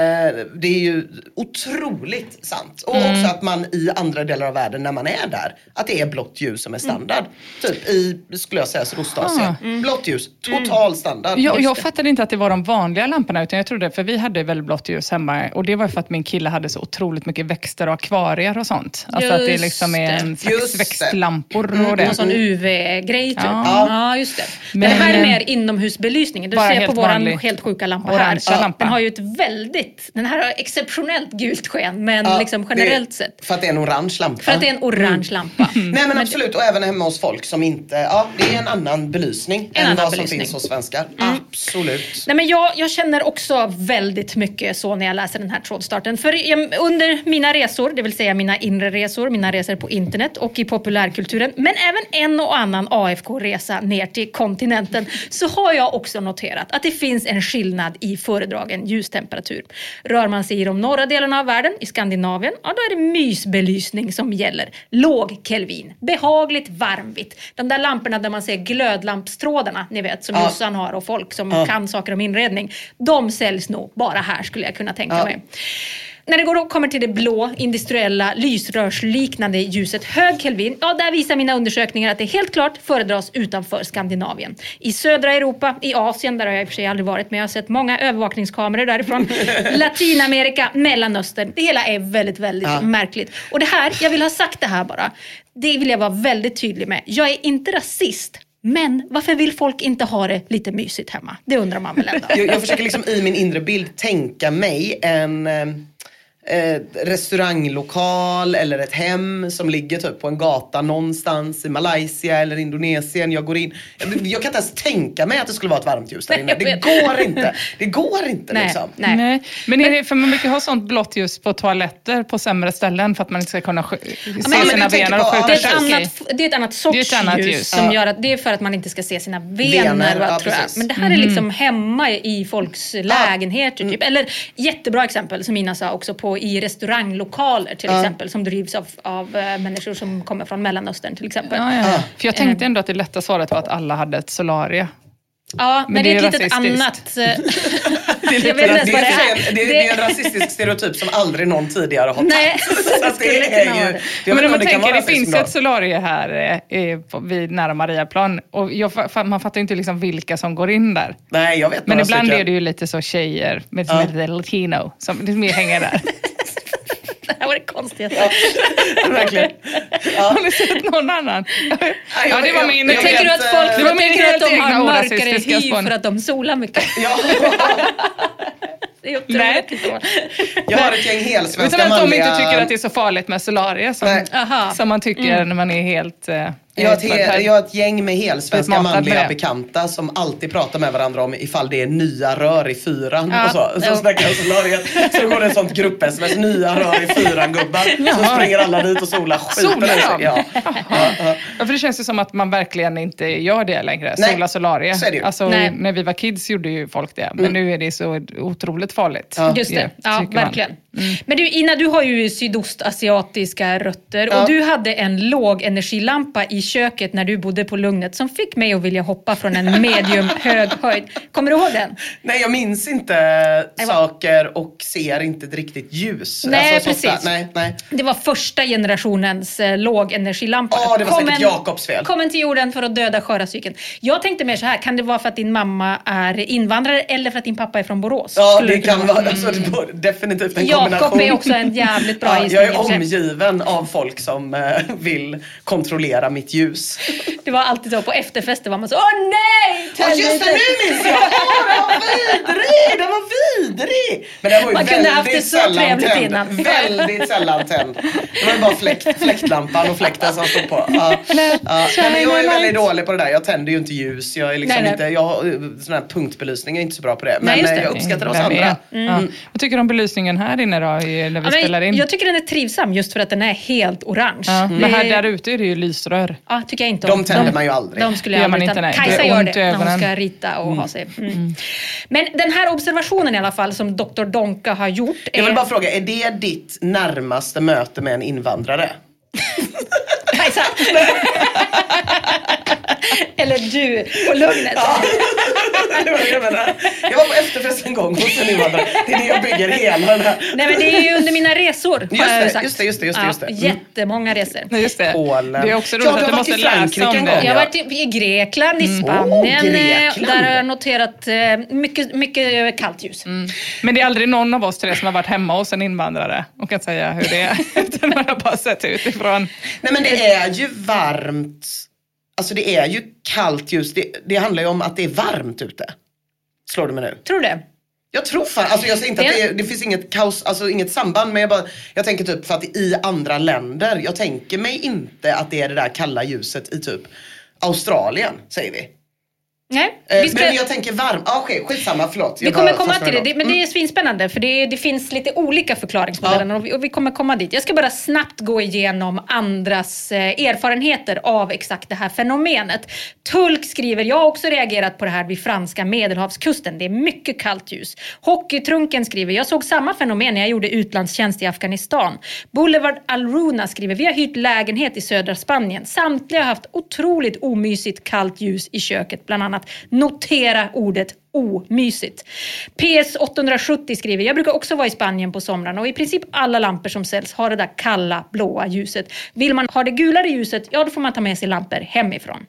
det är ju otroligt sant. Och också att man i andra delar av världen, när man är där, att det är blått ljus som är standard. Typ i, skulle jag säga, Sydostasien. Blått ljus, total standard. Jag fattade inte att det var de vanliga lamporna, utan jag trodde, för vi hade väl blått ljus hemma, och det var för att min kille hade så otroligt mycket växter och akvarier och sånt. Alltså att det liksom är en slags växtlampor och det. Någon sån UV-grej typ. Ja, just det. Men det här är mer inomhusbelysningen. Du ser på våran helt sjuka lampa här. Lampa. Den har ju ett den här har exceptionellt gult sken, men liksom generellt sett. För att det är en orange lampa. För att det är en orange lampa. Nej men absolut, och även hemma hos folk som inte, det är en annan belysning än vad som finns hos svenskar. Absolut. Nej, men jag känner också väldigt mycket så när jag läser den här trådstarten. För under mina resor, det vill säga mina inre resor, mina resor på internet och i populärkulturen, men även en och annan AFK-resa ner till kontinenten, så har jag också noterat att det finns en skillnad i föredragen ljustemperatur. Rör man sig i de norra delarna av världen, i Skandinavien, då är det mysbelysning som gäller. Låg Kelvin, behagligt varmvitt. De där lamporna där man ser glödlampstrådarna, ni vet, som Jossan har och folk som kan saker om inredning, de säljs nog bara här, skulle jag kunna tänka mig. När det kommer till det blå, industriella, lysrörsliknande ljuset hög Kelvin, där visar mina undersökningar att det helt klart föredras utanför Skandinavien. I södra Europa, i Asien, där har jag i och för sig aldrig varit, men jag har sett många övervakningskameror därifrån. Latinamerika, Mellanöstern. Det hela är väldigt, väldigt märkligt. Och det här, jag vill ha sagt det här bara. Det vill jag vara väldigt tydlig med. Jag är inte rasist. Men varför vill folk inte ha det lite mysigt hemma? Det undrar man väl ändå. Jag försöker liksom i min inre bild tänka mig en restauranglokal eller ett hem som ligger typ på en gata någonstans i Malaysia eller Indonesien. Jag går in. Jag kan inte ens tänka mig att det skulle vara ett varmt ljus där inne. Det går inte Nej. liksom. Nej. Men är det, för man brukar ha sånt blått ljus på toaletter på sämre ställen för att man inte ska kunna se sina vener och skjuta det är ett annat sorts ljus som gör att det är för att man inte ska se sina vener tror jag. Men det här är liksom hemma i folks lägenheter typ. Eller jättebra exempel som Ina sa också på i restauranglokaler till exempel, som drivs av människor som kommer från Mellanöstern till exempel. För jag tänkte ändå att det lätta svaret var att alla hade ett solarie. Ja, men det är ett litet annat... Det är en rasistisk stereotyp som aldrig någon tidigare har tagit. Nej, det är ju... Men om man tänker, det finns ett solarie här vid nära Mariaplan. Och man fattar ju inte liksom vilka som går in där. Nej, jag vet. Men ibland är det ju lite så tjejer med som heter latino som det mer hänger där. Det här var det konstigaste. Ja, verkligen. Ja. Har ni sett någon annan? Ja, det var min... Men tänker du att folk tänker att de har mörkare hy spån. för att de solar mycket? Ja. Det är otroligt så. Jag har ett gäng helsvenska manliga... Utan att de manliga... inte tycker att det är så farligt med solaria som man tycker när man är helt... Jag har ett gäng med helsvenska manliga bekanta som alltid pratar med varandra om ifall det är nya rör i fyran och så snackar solariet. Så går det ett sånt grupp-sms, nya rör i fyran gubbar. Så springer alla dit och solar skiten. Ja, för det känns ju som att man verkligen inte gör det längre. Sola solaria. Alltså, när vi var kids gjorde ju folk det. Men nu är det så otroligt farligt. Ja. Just det, verkligen. Men du, Ina, du har ju sydostasiatiska rötter och du hade en lågenergilampa i köket när du bodde på Lugnet som fick mig att vilja hoppa från en medium hög höjd. Kommer du ihåg den? Nej, jag minns inte saker och ser inte riktigt ljus. Nej, alltså, precis. Nej. Det var första generationens lågenergilampa. Det var säkert Jakobs fel. Kom till jorden för att döda sköra psyken. Jag tänkte mer så här, kan det vara för att din mamma är invandrare eller för att din pappa är från Borås? Ja, det kan vara definitivt en kombination. Jakob är också en jävligt bra gissning. Jag är omgiven av folk som vill kontrollera mitt ljus. Det var alltid så på efterfester var man så, nej! Just det, nu minns jag! Den var vidrig! Men det var ju man kunde haft det så trevligt innan. Väldigt sällan tänd. Det var ju bara fläktlampan och fläkten som stod på. Nej, men jag är väldigt dålig på det där. Jag tänder ju inte ljus. Jag är liksom inte, sån här punktbelysning är inte så bra på det. Men jag uppskattar oss andra. Vad tycker du om belysningen här inne då, när vi spelar in? Jag tycker den är trivsam just för att den är helt orange. Men här där ute är det ju lysrör. Ja, tycker jag inte om. De tänder man ju aldrig. De skulle jag aldrig. Kajsa gör det när hon ska rita och ha sig. Men den här observationen i alla fall som Dr. Donka har gjort. Jag vill bara fråga, är det ditt närmaste möte med en invandrare? Kajsa! Eller du på Lugnet. Ja. Jag var på efterfest en gång hos en invandrare. Det är det jag bygger hela den här. Nej, men det är ju under mina resor. Just det. Jättemånga resor. Nej, just det. Polen. Det är också roligt att du måste läsa om det. Jag har varit i Grekland, i Spanien. Där har jag noterat mycket kallt ljus. Men det är aldrig någon av oss tre som har varit hemma hos en invandrare och kan säga hur det är. Utan man har bara sett utifrån. Nej, men det är ju varmt. Alltså det är ju kallt ljus. Det handlar ju om att det är varmt ute. Slår du mig nu? Tror du det? Jag tror fan, alltså jag säger inte att det finns inget kaos, alltså inget samband, men jag tänker typ för att i andra länder, jag tänker mig inte att det är det där kalla ljuset i typ Australien, säger vi. Nej, men jag tänker varm. Skitsamma, förlåt. Vi kommer komma till det. Men det är svinspännande för det finns lite olika förklaringsmodeller och vi kommer komma dit. Jag ska bara snabbt gå igenom andras erfarenheter av exakt det här fenomenet. Tulk skriver, jag har också reagerat på det här vid franska Medelhavskusten. Det är mycket kallt ljus. Hockeytrunken skriver, jag såg samma fenomen när jag gjorde utlandstjänst i Afghanistan. Boulevard Alruna skriver, vi har hyrt lägenhet i södra Spanien. Samtliga har haft otroligt omysigt kallt ljus i köket, bland annat. Notera ordet omysigt. PS 870 skriver, jag brukar också vara i Spanien på somrarna och i princip alla lampor som säljs har det där kalla blåa ljuset. Vill man ha det gulare ljuset, ja då får man ta med sig lampor hemifrån.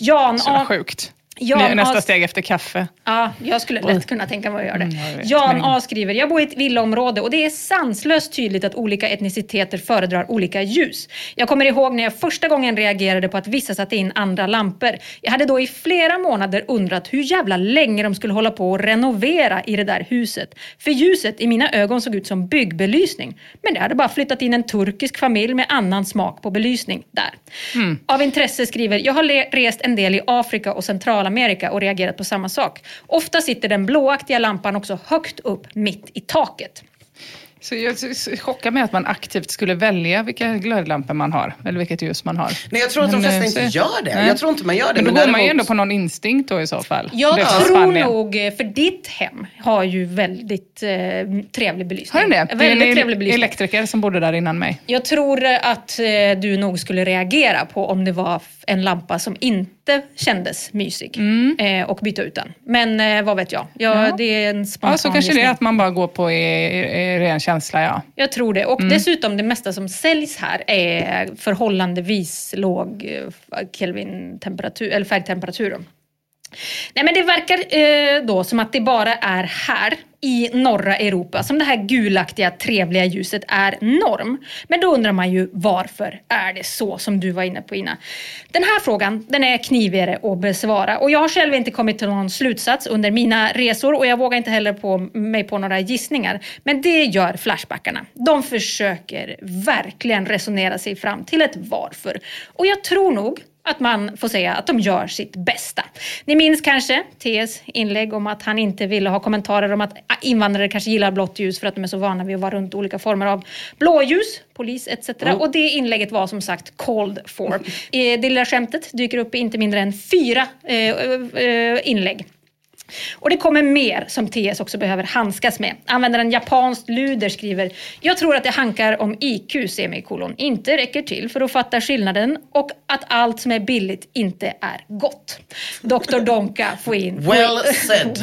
Så sjukt. Nästa steg efter kaffe. Ja, jag skulle lätt kunna tänka mig att göra det. Jan A skriver, jag bor i ett villaområde och det är sanslöst tydligt att olika etniciteter föredrar olika ljus. Jag kommer ihåg när jag första gången reagerade på att vissa satte in andra lampor. Jag hade då i flera månader undrat hur jävla länge de skulle hålla på att renovera i det där huset. För ljuset i mina ögon såg ut som byggbelysning. Men det hade bara flyttat in en turkisk familj med annan smak på belysning där. Av intresse skriver, jag har rest en del i Afrika och Centralamerika och reagerat på samma sak. Ofta sitter den blåaktiga lampan också högt upp mitt i taket. Så jag chockar mig att man aktivt skulle välja vilka glödlampor man har. Eller vilket ljus man har. Nej, jag tror att de flesta inte gör det. Nej. Jag tror inte man gör det. Men då går man ju ändå på någon instinkt då i så fall. Jag tror nog, för ditt hem har ju väldigt trevlig belysning. Har den det? Väldigt trevlig belysning. Elektriker som bodde där innan mig. Jag tror att du nog skulle reagera på om det var en lampa som inte inte kändes mysig och byta ut den. Men vad vet jag? Det är en spontan så kanske det är att man bara går på ren känsla, ja. Jag tror det. Och dessutom det mesta som säljs här är förhållandevis låg Kelvin-temperatur eller färgtemperatur. Nej, men det verkar då som att det bara är här i norra Europa som det här gulaktiga trevliga ljuset är norm. Men då undrar man ju varför är det så som du var inne på, Ina. Den här frågan, den är knivigare att besvara. Och jag har själv inte kommit till någon slutsats under mina resor och jag vågar inte heller på några gissningar. Men det gör Flashbackarna. De försöker verkligen resonera sig fram till ett varför. Och jag tror nog att man får säga att de gör sitt bästa. Ni minns kanske T.S. inlägg om att han inte ville ha kommentarer om att invandrare kanske gillar blått ljus för att de är så vana vid att vara runt olika former av blåljus, polis etc. Och det inlägget var som sagt called for. Det lilla skämtet dyker upp i inte mindre än 4 inlägg. Och det kommer mer som TS också behöver handskas med. Användaren japanskt Luder skriver: jag tror att det hankar om IQ inte räcker till för att fatta skillnaden och att allt som är billigt inte är gott. Dr. Donka får in. Well said.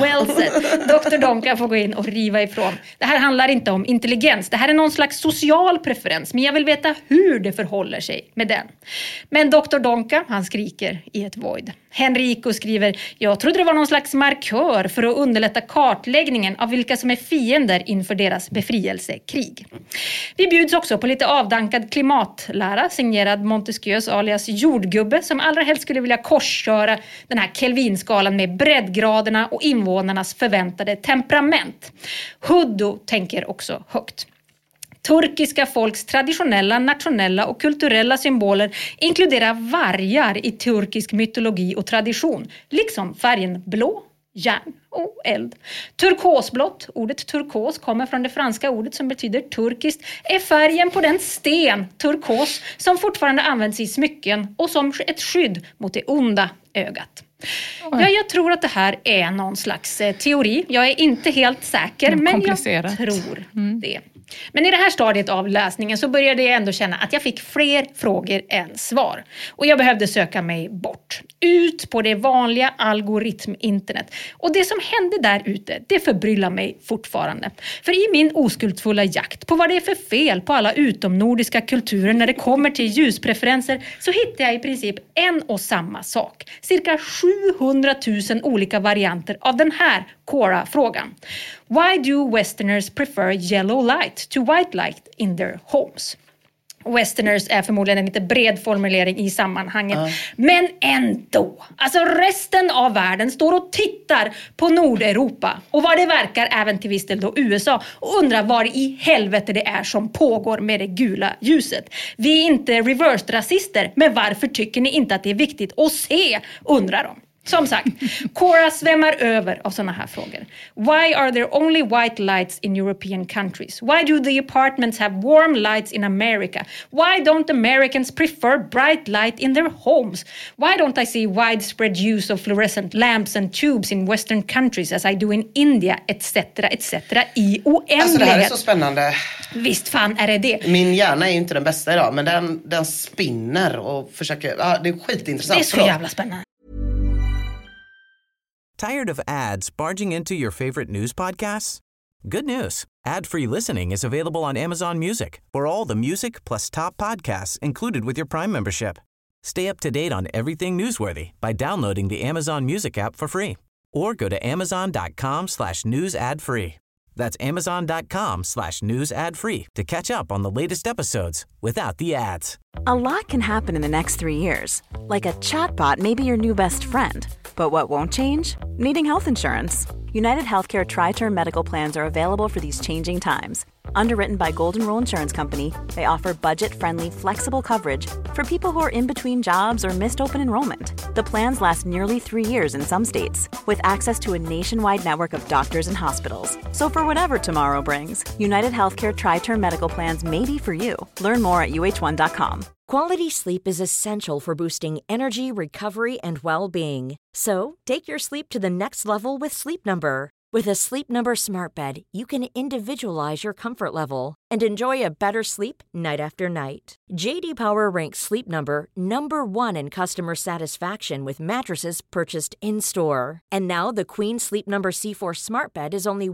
Dr. Donka får gå in och riva ifrån. Det här handlar inte om intelligens. Det här är någon slags social preferens. Men jag vill veta hur det förhåller sig med den. Men Dr. Donka, han skriker i ett void. Henrico skriver: jag trodde det var någon slags markör för att underlätta kartläggningen av vilka som är fiender inför deras befrielsekrig. Vi bjuds också på lite avdankad klimatlära signerad Montesquieus alias jordgubbe som allra helst skulle vilja korsköra den här Kelvinskalan med breddgraderna och invånarnas förväntade temperament. Huddo tänker också högt. Turkiska folks traditionella, nationella och kulturella symboler inkluderar vargar i turkisk mytologi och tradition, liksom färgen blå, järn och eld. Turkosblått, ordet turkos kommer från det franska ordet som betyder turkiskt, är färgen på den sten, turkos, som fortfarande används i smycken och som ett skydd mot det onda ögat. Ja, jag tror att det här är någon slags teori. Jag är inte helt säker, men jag tror det. Men i det här stadiet av läsningen så började jag ändå känna att jag fick fler frågor än svar. Och jag behövde söka mig bort. Ut på det vanliga algoritm-internet. Och det som hände där ute, det förbryllar mig fortfarande. För i min oskuldsfulla jakt på vad det är för fel på alla utomnordiska kulturer när det kommer till ljuspreferenser så hittade jag i princip en och samma sak. Cirka 700 000 olika varianter av den här Quora-frågan. Why do Westerners prefer yellow light to white light in their homes? Westerners är förmodligen en lite bred formulering i sammanhanget. Men ändå. Alltså resten av världen står och tittar på Nordeuropa. Och vad det verkar även till viss del då USA. Och undrar vad i helvete det är som pågår med det gula ljuset. Vi är inte reverse-rasister. Men varför tycker ni inte att det är viktigt att se, undrar de. Som sagt, Quora svämmar över av såna här frågor. Why are there only white lights in European countries? Why do the apartments have warm lights in America? Why don't Americans prefer bright light in their homes? Why don't I see widespread use of fluorescent lamps and tubes in western countries as I do in India, etc. i oändlighet? Alltså det här är så spännande. Visst fan är det. Min hjärna är ju inte den bästa idag, men den spinner och försöker. Ja, det är skitintressant. Det är så jävla spännande. Tired of ads barging into your favorite news podcasts? Good news. Ad-free listening is available on Amazon Music for all the music plus top podcasts included with your Prime membership. Stay up to date on everything newsworthy by downloading the Amazon Music app for free or go to amazon.com/news ad free. That's amazon.com/news ad free to catch up on the latest episodes without the ads. A lot can happen in the next 3 years. Like a chatbot may be your new best friend. But what won't change? Needing health insurance. United Healthcare Tri-Term Medical Plans are available for these changing times. Underwritten by Golden Rule Insurance Company, they offer budget-friendly, flexible coverage for people who are in between jobs or missed open enrollment. The plans last nearly 3 years in some states, with access to a nationwide network of doctors and hospitals. So for whatever tomorrow brings, United Healthcare Tri-Term Medical Plans may be for you. Learn more at uh1.com. Quality sleep is essential for boosting energy, recovery, and well-being. So, take your sleep to the next level with Sleep Number. With a Sleep Number Smart Bed, you can individualize your comfort level and enjoy a better sleep night after night. J.D. Power ranks Sleep Number #1 in customer satisfaction with mattresses purchased in-store. And now the Queen Sleep Number C4 Smart Bed is only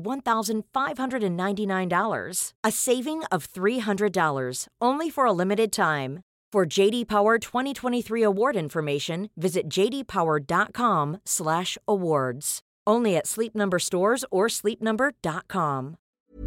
$1,599, a saving of $300, only for a limited time. For JD Power 2023 award information, visit jdpower.com/awards. Only at Sleep Number stores or sleepnumber.com.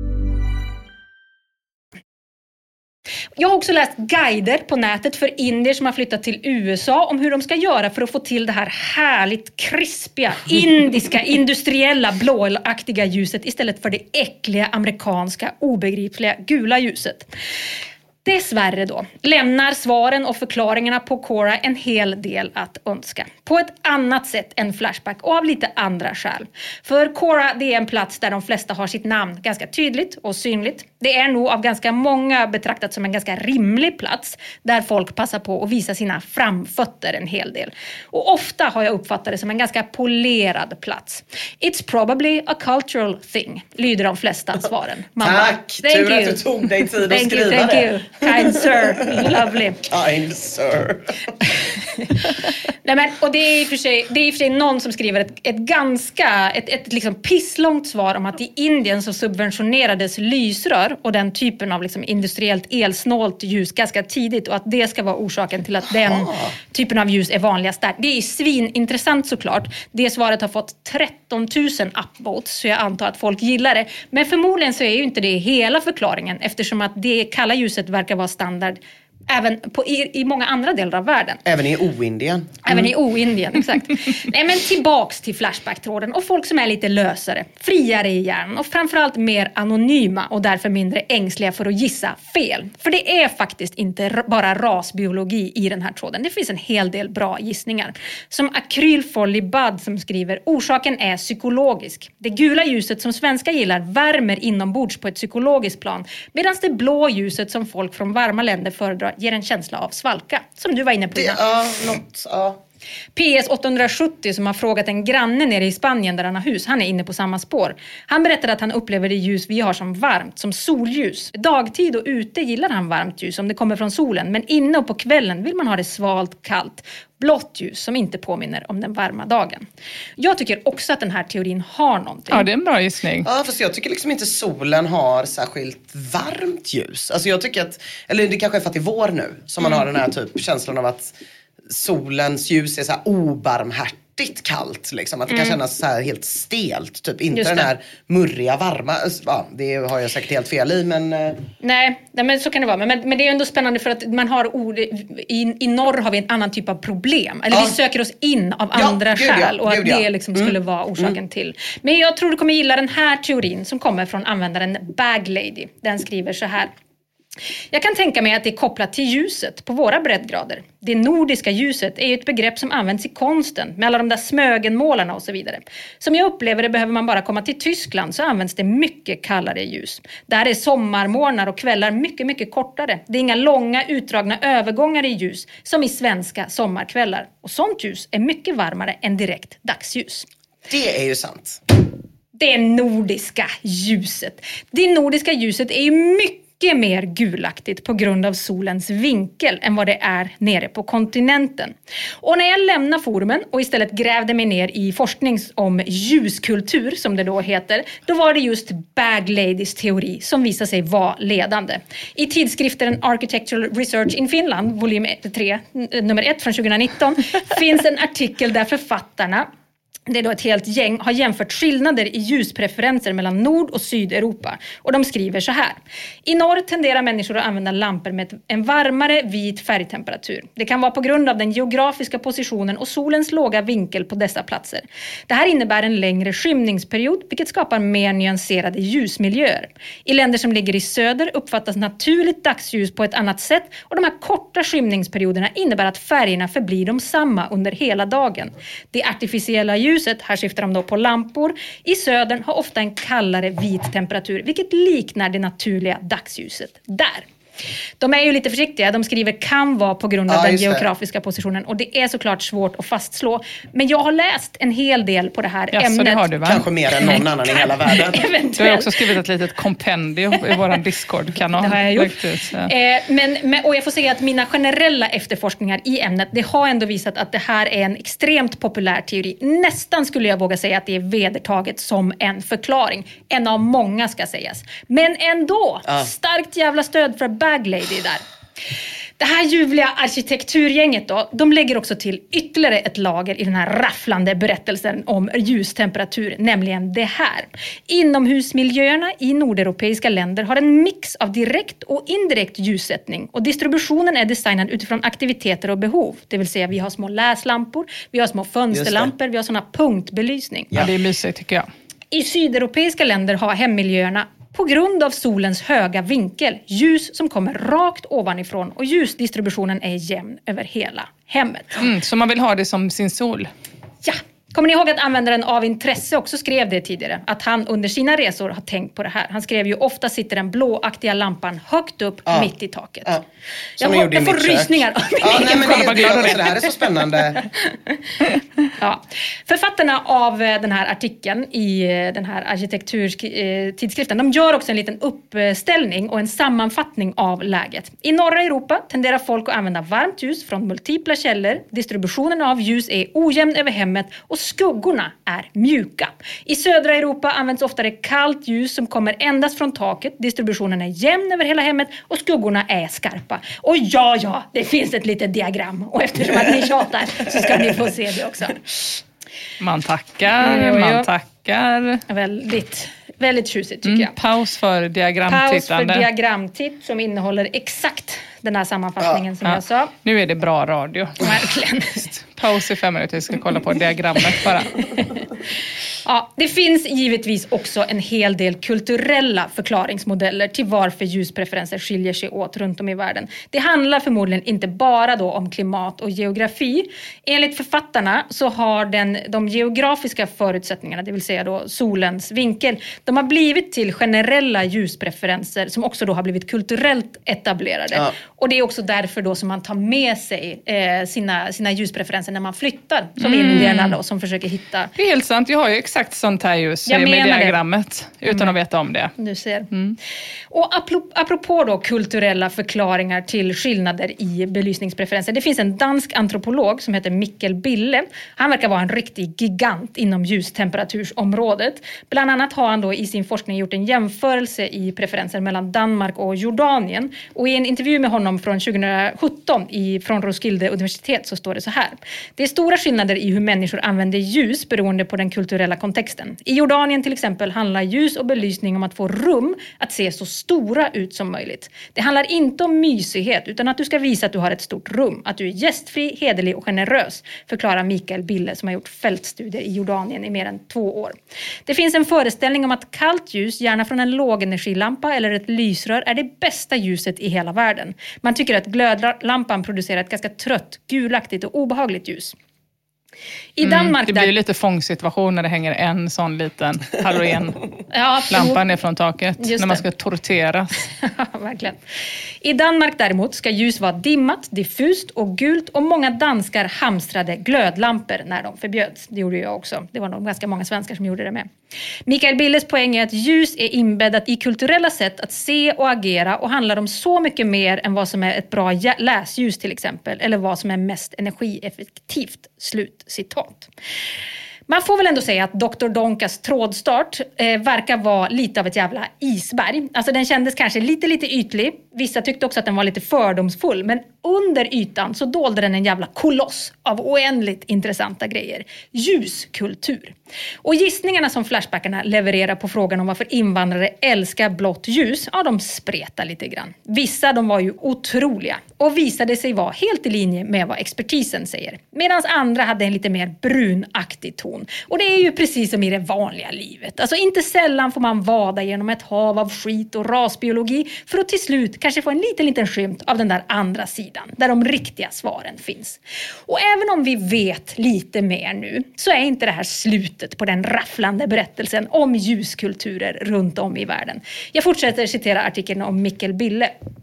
Jag har också läst guider på nätet för indier som har flyttat till USA om hur de ska göra för att få till det här härligt krispiga, indiska, industriella, blåaktiga ljuset istället för det äckliga, amerikanska, obegripliga, gula ljuset. Dessvärre då lämnar svaren och förklaringarna på Quora en hel del att önska. På ett annat sätt än Flashback och av lite andra skäl. För Quora, det är en plats där de flesta har sitt namn ganska tydligt och synligt. Det är nog av ganska många betraktat som en ganska rimlig plats där folk passar på att visa sina framfötter en hel del. Och ofta har jag uppfattat det som en ganska polerad plats. It's probably a cultural thing, lyder de flesta svaren. Tack! Tur att du tog dig tid att skriva det. Thank you. Kind sir. Lovely. Kind sir. Nej, men, och det är i och för sig någon som skriver ett liksom pisslångt svar om att i Indien så subventionerades lysrör och den typen av liksom industriellt elsnålt ljus ganska tidigt och att det ska vara orsaken till att den typen av ljus är vanligast där. Det är svinintressant såklart. Det svaret har fått 13 000 upvotes så jag antar att folk gillar det. Men förmodligen så är ju inte det hela förklaringen eftersom att det kalla ljuset verkar vara standard även i många andra delar av världen. Även i O-Indien. Även i O-Indien, exakt. Nej, men tillbaks till Flashback-tråden och folk som är lite lösare, friare i hjärnan och framförallt mer anonyma och därför mindre ängsliga för att gissa fel. För det är faktiskt inte bara rasbiologi i den här tråden. Det finns en hel del bra gissningar. Som Akrylfolibad som skriver, orsaken är psykologisk. Det gula ljuset som svenskar gillar värmer inombords på ett psykologiskt plan medan det blå ljuset som folk från varma länder föredrar ger en känsla av svalka, som du var inne på. PS 870 som har frågat en granne nere i Spanien där han har hus, han är inne på samma spår. Han berättar att han upplever det ljus vi har som varmt, som solljus. Dagtid och ute gillar han varmt ljus om det kommer från solen, men inne och på kvällen vill man ha det svalt, kallt, blått ljus som inte påminner om den varma dagen. Jag tycker också att den här teorin har någonting. Ja, det är en bra gissning. Ja, fast jag tycker liksom inte solen har särskilt varmt ljus. Alltså jag tycker att, eller det kanske är för att det är vår nu som man har den här typ känslan av att solens ljus är så här obarmhärtigt kallt liksom. Att det kan kännas så här helt stelt. Typ inte den här murriga varma. Ja, det har jag säkert helt fel i, men... Nej, men så kan det vara. Men det är ändå spännande för att man har i norr har vi en annan typ av problem. Eller vi söker oss in av andra skäl. Och att det liksom skulle vara orsaken till. Men jag tror du kommer gilla den här teorin som kommer från användaren Bag Lady. Den skriver så här. Jag kan tänka mig att det är kopplat till ljuset på våra breddgrader. Det nordiska ljuset är ju ett begrepp som används i konsten med alla de där Smögenmålarna och så vidare. Som jag upplever det behöver man bara komma till Tyskland så används det mycket kallare ljus. Där är sommarmorgnar och kvällar mycket, mycket kortare. Det är inga långa utdragna övergångar i ljus som i svenska sommarkvällar. Och sånt ljus är mycket varmare än direkt dagsljus. Det är ju sant. Det nordiska ljuset. Det nordiska ljuset är ju mycket mer gulaktigt på grund av solens vinkel än vad det är nere på kontinenten. Och när jag lämnar forumen och istället grävde mig ner i forskning om ljuskultur som det då heter, då var det just Bag Ladys teori som visade sig vara ledande. I tidskriften Architectural Research in Finland, volym 3, nummer 1 från 2019, finns en artikel där författarna, det är då ett helt gäng, har jämfört skillnader i ljuspreferenser mellan Nord- och Sydeuropa. Och de skriver så här. I norr tenderar människor att använda lampor med en varmare vit färgtemperatur. Det kan vara på grund av den geografiska positionen och solens låga vinkel på dessa platser. Det här innebär en längre skymningsperiod, vilket skapar mer nyanserade ljusmiljöer. I länder som ligger i söder uppfattas naturligt dagsljus på ett annat sätt och de här korta skymningsperioderna innebär att färgerna förblir de samma under hela dagen. Det artificiella ljuset, här syftar de då på lampor, i södern har ofta en kallare vit temperatur, vilket liknar det naturliga dagsljuset där. De är ju lite försiktiga. De skriver kan vara på grund av den geografiska positionen. Och det är såklart svårt att fastslå. Men jag har läst en hel del på det här ämnet. Det har du, va? Kanske mer än någon annan i hela världen. Eventuellt. Du har också skrivit ett litet kompendium i vår Discord-kanal. Det har jag gjort. Och jag får säga att mina generella efterforskningar i ämnet, det har ändå visat att det här är en extremt populär teori. Nästan skulle jag våga säga att det är vedertaget som en förklaring. En av många ska sägas. Men ändå, starkt jävla stöd för Baglady där. Det här ljuvliga arkitekturgänget då, de lägger också till ytterligare ett lager i den här rafflande berättelsen om ljustemperatur, nämligen det här. Inomhusmiljöerna i nordeuropeiska länder har en mix av direkt och indirekt ljussättning och distributionen är designad utifrån aktiviteter och behov. Det vill säga vi har små läslampor, vi har små fönsterlampor, vi har såna punktbelysning. Ja, det är mysigt tycker jag. I sydeuropeiska länder har hemmiljöerna på grund av solens höga vinkel ljus som kommer rakt ovanifrån och ljusdistributionen är jämn över hela hemmet. Så man vill ha det som sin sol? Ja. Kommer ni ihåg att användaren av intresse också skrev det tidigare? Att han under sina resor har tänkt på det här. Han skrev ju ofta sitter den blåaktiga lampan högt upp mitt i taket. Ja. Jag får rysningar av det här är så spännande. Ja. Författarna av den här artikeln i den här arkitekturtidskriften, de gör också en liten uppställning och en sammanfattning av läget. I norra Europa tenderar folk att använda varmt ljus från multipla källor. Distributionen av ljus är ojämn över hemmet och skuggorna är mjuka. I södra Europa används oftare kallt ljus som kommer endast från taket. Distributionen är jämn över hela hemmet och skuggorna är skarpa. Och ja, det finns ett litet diagram. Och eftersom att ni tjatar så ska ni få se det också. Man tackar. Väldigt tjusigt tycker jag. Paus för diagramtittande. Paus för diagramtitt som innehåller exakt den här sammanfattningen som jag sa. Nu är det bra radio. Verkligen. Paus i 5 minuter, jag ska kolla på diagrammet bara. Ja, det finns givetvis också en hel del kulturella förklaringsmodeller till varför ljuspreferenser skiljer sig åt runt om i världen. Det handlar förmodligen inte bara då om klimat och geografi. Enligt författarna så har de geografiska förutsättningarna, det vill säga då solens vinkel, de har blivit till generella ljuspreferenser som också då har blivit kulturellt etablerade. Ja. Och det är också därför då som man tar med sig sina ljuspreferenser när man flyttar, som indierna då som försöker hitta. Det är helt sant, jag har ju exakt sånt här ljus med diagrammet utan att veta om det. Du ser. Och apropå då kulturella förklaringar till skillnader i belysningspreferenser. Det finns en dansk antropolog som heter Mikkel Bille. Han verkar vara en riktig gigant inom ljustemperatursområdet. Bland annat har han då i sin forskning gjort en jämförelse i preferenser mellan Danmark och Jordanien. Och i en intervju med honom från 2017 från Roskilde universitet så står det så här. Det är stora skillnader i hur människor använder ljus beroende på den kulturella kontexten. I Jordanien till exempel handlar ljus och belysning om att få rum att se så stora ut som möjligt. Det handlar inte om mysighet utan att du ska visa att du har ett stort rum. Att du är gästfri, hederlig och generös, förklarar Mikael Bille som har gjort fältstudier i Jordanien i mer än 2 år. Det finns en föreställning om att kallt ljus, gärna från en lågenergilampa eller ett lysrör, är det bästa ljuset i hela världen. Man tycker att glödlampan producerar ett ganska trött, gulaktigt och obehagligt ljus. I Danmark det blir lite fångsituation när det hänger en sån liten halogenlampa ner från taket när man ska torteras. Verkligen. I Danmark däremot ska ljus vara dimmat, diffust och gult och många danskar hamstrade glödlampor när de förbjöds. Det gjorde jag också. Det var nog ganska många svenskar som gjorde det med. Mikael Billes poäng är att ljus är inbäddat i kulturella sätt att se och agera och handlar om så mycket mer än vad som är ett bra läsljus till exempel eller vad som är mest energieffektivt. Citat. Man får väl ändå säga att Dr. Donkas trådstart verkar vara lite av ett jävla isberg. Alltså den kändes kanske lite ytlig. Vissa tyckte också att den var lite fördomsfull. Men under ytan så dolde den en jävla koloss av oändligt intressanta grejer. Ljuskultur. Och gissningarna som Flashbackarna levererar på frågan om varför invandrare älskar blått ljus, ja de spretar lite grann. Vissa de var ju otroliga och visade sig vara helt i linje med vad expertisen säger. Medan andra hade en lite mer brunaktig ton. Och det är ju precis som i det vanliga livet. Alltså inte sällan får man vada genom ett hav av skit och rasbiologi för att till slut kanske få en liten skymt av den där andra sidan där de riktiga svaren finns. Och även om vi vet lite mer nu så är inte det här slutet på den rafflande berättelsen om ljuskulturer runt om i världen. Jag fortsätter citera artikeln om Mikkel Bille.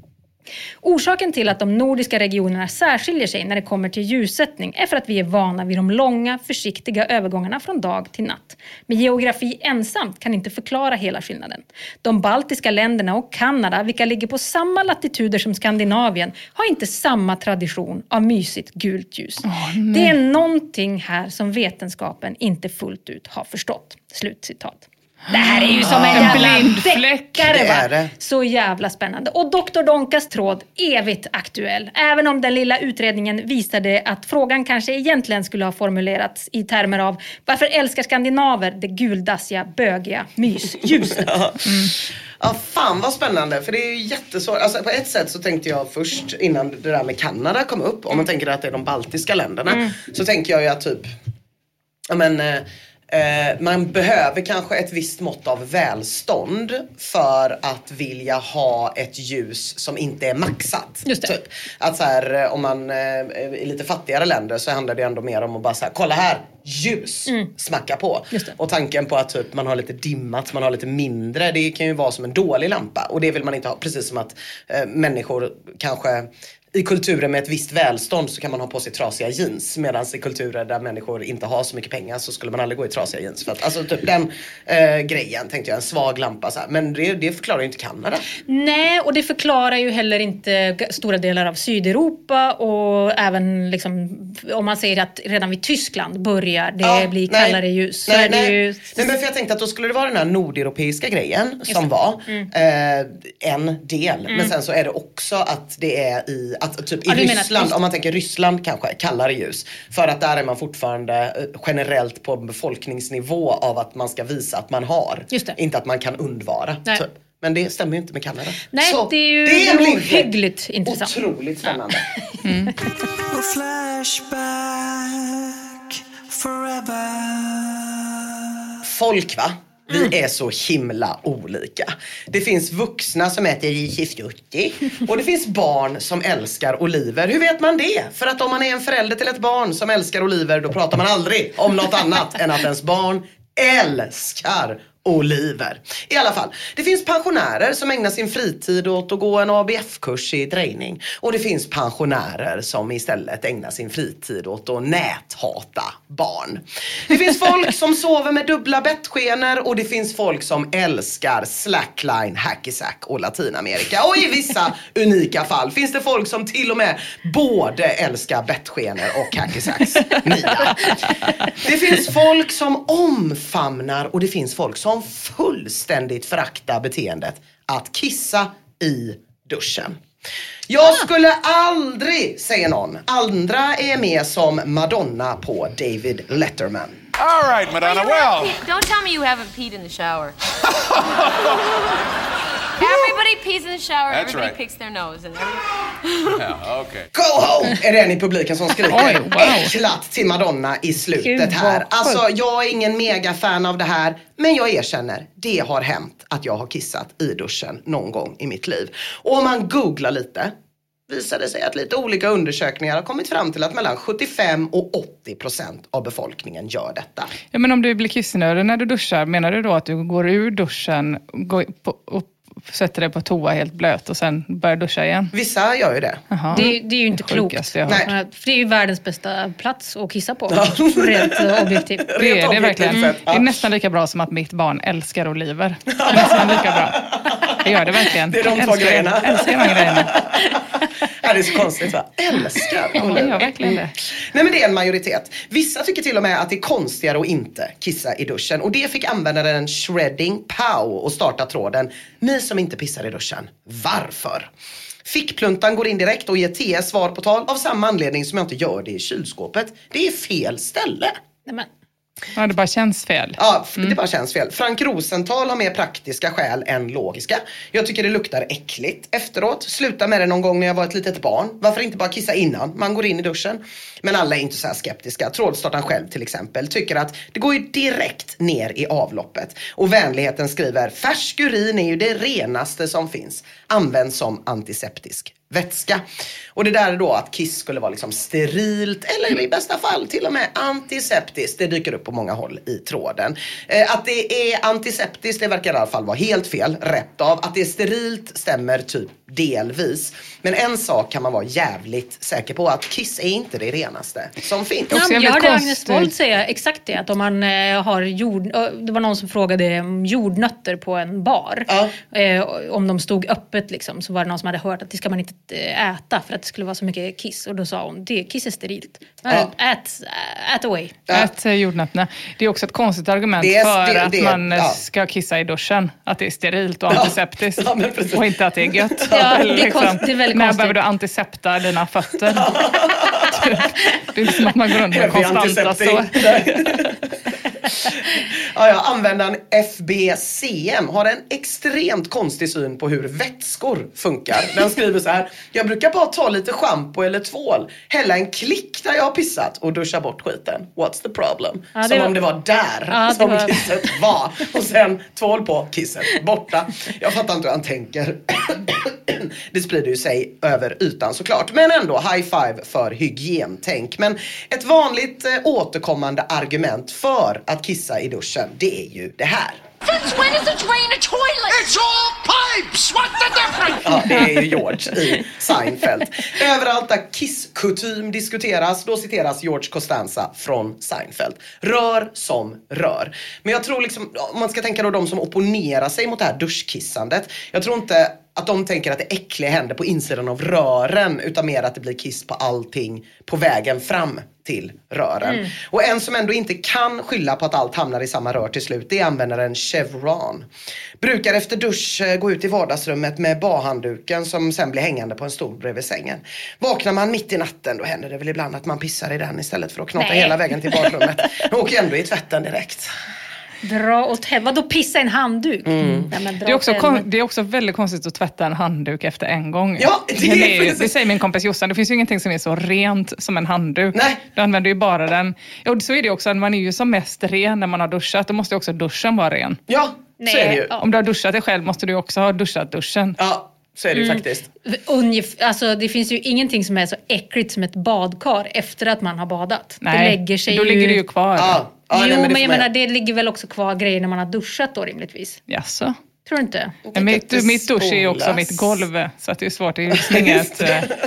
Orsaken till att de nordiska regionerna särskiljer sig när det kommer till ljussättning är för att vi är vana vid de långa, försiktiga övergångarna från dag till natt. Men geografi ensamt kan inte förklara hela skillnaden. De baltiska länderna och Kanada, vilka ligger på samma latituder som Skandinavien, har inte samma tradition av mysigt gult ljus. Det är någonting här som vetenskapen inte fullt ut har förstått. Slutcitat. Det här är ju som en jävla deckare, va? Så jävla spännande. Och Dr. Donkas tråd, evigt aktuell. Även om den lilla utredningen visade att frågan kanske egentligen skulle ha formulerats i termer av varför älskar skandinaver det guldassiga, bögiga mysljuset? Ja, fan vad spännande. För det är ju jättesvårt. Alltså, på ett sätt så tänkte jag först, innan det där med Kanada kom upp, om man tänker att det är de baltiska länderna, så tänker jag ju att typ, man behöver kanske ett visst mått av välstånd för att vilja ha ett ljus som inte är maxat. Just det. Typ. Att så här, om man i lite fattigare länder så handlar det ändå mer om att bara så här, kolla här, ljus, smacka på. Och tanken på att typ, man har lite dimmat, man har lite mindre, det kan ju vara som en dålig lampa. Och det vill man inte ha, precis som att människor kanske... I kulturer med ett visst välstånd så kan man ha på sig trasiga jeans. Medan i kulturer där människor inte har så mycket pengar så skulle man aldrig gå i trasiga jeans. För att, alltså typ den grejen tänkte jag, en svag lampa så här. Men det förklarar ju inte Kanada. Nej, och det förklarar ju heller inte stora delar av Sydeuropa. Och även liksom, om man säger att redan vid Tyskland börjar det bli kallare ljus. Nej, men för jag tänkte att då skulle det vara den här nordeuropeiska grejen som var en del. Men sen så är det också att det är i... Att typ i Ryssland, om man tänker Ryssland kanske, kallare ljus. För att där är man fortfarande generellt på befolkningsnivå av att man ska visa att man har. Inte att man kan undvara. Typ. Men det stämmer ju inte med Kanada. Nej, så det är ju ohyggligt intressant. Otroligt spännande. Folk, va? Vi är så himla olika. Det finns vuxna som äter risifrutti och det finns barn som älskar oliver. Hur vet man det? För att om man är en förälder till ett barn som älskar oliver, då pratar man aldrig om något annat än att ens barn älskar oliver. I alla fall, det finns pensionärer som ägnar sin fritid åt att gå en ABF-kurs i drejning. Och det finns pensionärer som istället ägnar sin fritid åt att näthata barn. Det finns folk som sover med dubbla bettskenor och det finns folk som älskar slackline, hackysack och Latinamerika. Och i vissa unika fall finns det folk som till och med både älskar bettskenor och hackysacks. Det finns folk som omfamnar och det finns folk som fullständigt föraktar beteendet att kissa i duschen. Jag skulle aldrig säga någon. Andra är med som Madonna på David Letterman. All right, Madonna, well. Don't tell me you haven't peed in the shower. Everybody pees in the shower. That's Everybody right. picks their nose. And Yeah, okay. Go home! Är det en i publiken som skriker äcklat till Madonna i slutet här. Alltså, jag är ingen megafan av det här. Men jag erkänner, det har hänt att jag har kissat i duschen någon gång i mitt liv. Och om man googlar lite, visar det sig att lite olika undersökningar har kommit fram till att mellan 75% och 80% av befolkningen gör detta. Ja, men om du blir kissnödig när du duschar, menar du då att du går ur duschen och sätter dig på toa helt blöt och sen börjar duscha igen? Vissa gör ju det. Det är ju inte klokt. Nej. Det är ju världens bästa plats att kissa på. Rent objektivt. Det är verkligen. Det är nästan lika bra som att mitt barn älskar oliver. Det är nästan lika bra. Det gör det verkligen. Det är de två grejerna. Älskar de grejerna. Det är så konstigt, va? Älskar oliver. Ja, verkligen det. Nej, men det är en majoritet. Vissa tycker till och med att det är konstigare att inte kissa i duschen. Och det fick användaren Shredding Pow och starta tråden. Ni som inte pissar i duschen, varför? Fickpluntan går in direkt och ger TS svar på tal av samma anledning som jag inte gör det i kylskåpet. Det är fel ställe. Nej, Ja, det bara känns fel. Ja, det bara känns fel. Frank Rosenthal har mer praktiska skäl än logiska. Jag tycker det luktar äckligt efteråt. Sluta med det någon gång när jag var ett litet barn. Varför inte bara kissa innan man går in i duschen? Men alla är inte så här skeptiska. Trådstartaren själv till exempel tycker att det går ju direkt ner i avloppet. Och vänligheten skriver, färsk urin är ju det renaste som finns. Används som antiseptisk vätska. Och det där är då att kiss skulle vara liksom sterilt eller i bästa fall till och med antiseptiskt. Det dyker upp på många håll i tråden. Att det är antiseptiskt, det verkar i alla fall vara helt fel, rätt av. Att det är sterilt stämmer typ delvis. Men en sak kan man vara jävligt säker på, att kiss är inte det renaste som finns. Jag hörde Agnes Wold säga exakt det, att om man har det var någon som frågade om jordnötter på en bar. Om de stod öppet liksom, så var det någon som hade hört att det ska man inte äta för att det skulle vara så mycket kiss. Och då sa hon, kiss är sterilt. Ät away. Ät jordnötterna. Det är också ett konstigt argument för att man ska kissa i duschen. Att det är sterilt och antiseptiskt. Och inte att det är gött. Ja, det är väldigt konstigt. När behöver du antisepta dina fötter? Det är som att man går runt med konstanta sår. Användaren FBCM har en extremt konstig syn på hur vätskor funkar. Den skriver så här: jag brukar bara ta lite shampoo eller tvål, hälla en klick där jag har pissat och duscha bort skiten. What's the problem? Som om det var där som kisset var. Och sen tvål på, kisset borta. Jag fattar inte hur han tänker. Det sprider ju sig över ytan såklart. Men ändå, high five för hygientänk. Men ett vanligt återkommande argument för att kissa i duschen, det är ju det här. Since when is a drain a toilet? It's all pipes! What's the difference? Ja, det är ju George i Seinfeld. Överallt där kisskutym diskuteras, då citeras George Costanza från Seinfeld. Rör som rör. Men jag tror liksom, om man ska tänka då de som opponerar sig mot det här duschkissandet, jag tror inte att de tänker att det äckliga händer på insidan av rören, utan mer att det blir kiss på allting på vägen fram till rören. Och en som ändå inte kan skylla på att allt hamnar i samma rör till slut, det är användaren Chevron. Brukar efter dusch gå ut i vardagsrummet med badhandduken som sen blir hängande på en stol bredvid sängen. Vaknar man mitt i natten, då händer det väl ibland att man pissar i den istället för att knata hela vägen till badrummet. Och åker ändå i tvätten direkt. Dra åt helvete. Vadå pissa en handduk? Det är också väldigt konstigt att tvätta en handduk efter en gång. Ja, det säger min kompis Jossan. Det finns ju ingenting som är så rent som en handduk. Nej. Du använder ju bara den. Och så är det också, man är ju som mest ren när man har duschat. Då måste också duschen vara ren. Ja, så är det ju. Om du har duschat dig själv måste du också ha duschat duschen. Ja. Så är det ju faktiskt. Alltså det finns ju ingenting som är så äckligt som ett badkar efter att man har badat. Nej, det lägger sig då ligger det ju kvar. Men jag menar, det ligger väl också kvar grejer när man har duschat då rimligtvis. Jaså? Tror du inte? Mitt dusch är ju också mitt golv, så att det är svårt. Det är ju inget...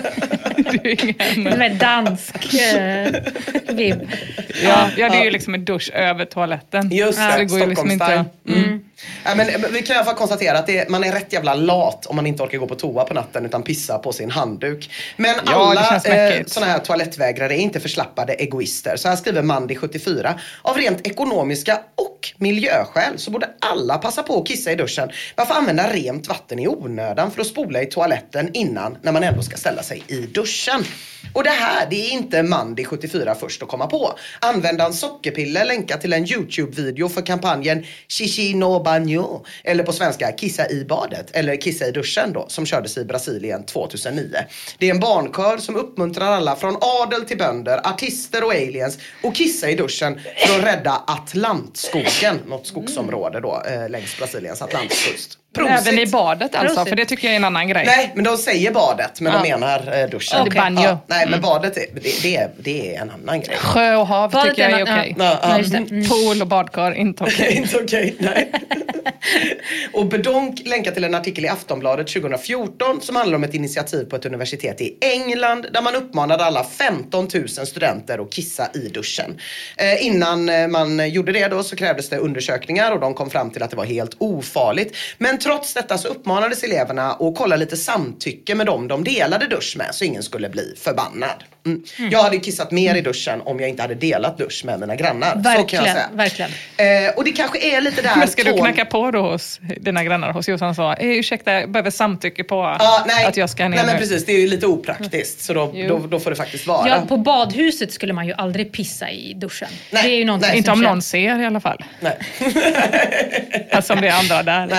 Det är dansk vibb. Ja, det är ju liksom en dusch över toaletten. Just det, det går ju liksom inte. Ja, men vi kan i alla fall konstatera att man är rätt jävla lat om man inte orkar gå på toa på natten utan pissa på sin handduk. Men alla såna här toalettvägrare är inte förslappade egoister. Så här skriver Mandy 74. Av rent ekonomiska och miljöskäl så borde alla passa på att kissa i duschen. Varför använda rent vatten i onödan för att spola i toaletten innan när man ändå ska ställa sig i duschen? Och det här, det är inte Mandy 74 först att komma på. Användaren Sockerpiller länkar till en YouTube-video för kampanjen Xixi no Banho, eller på svenska Kissa i badet, eller Kissa i duschen då, som kördes i Brasilien 2009. Det är en barnkör som uppmuntrar alla från adel till bönder, artister och aliens att kissa i duschen för att rädda Atlantskogen, något skogsområde då längs Brasiliens Atlantkust. Även i badet alltså, för det tycker jag är en annan grej. Nej, men de säger badet, men de menar duschen. Okay. Ja, nej, men badet det är en annan grej. Sjö och hav badet tycker jag är okej. Pool och badkar, inte okej. Inte okej, nej. Och Bedonk länkar till en artikel i Aftonbladet 2014 som handlar om ett initiativ på ett universitet i England där man uppmanade alla 15 000 studenter att kissa i duschen. Innan man gjorde det då så krävdes det undersökningar och de kom fram till att det var helt ofarligt. Men trots detta så uppmanades eleverna att kolla lite samtycke med dem de delade dusch med så ingen skulle bli förbannad. Jag hade kissat mer i duschen om jag inte hade delat dusch med mina grannar. Verkligen, så kan jag säga. Verkligen. Och det kanske är lite där... Men ska du knacka på då hos dina grannar, hos Jossan sa, ursäkta, jag behöver samtycke på att jag ska ner. Nej, men precis, det är ju lite opraktiskt. Så då får det faktiskt vara. Ja, på badhuset skulle man ju aldrig pissa i duschen. Nej, det är ju inte om någon ser i alla fall. Nej. Alltså om det är andra där. Nej, men precis.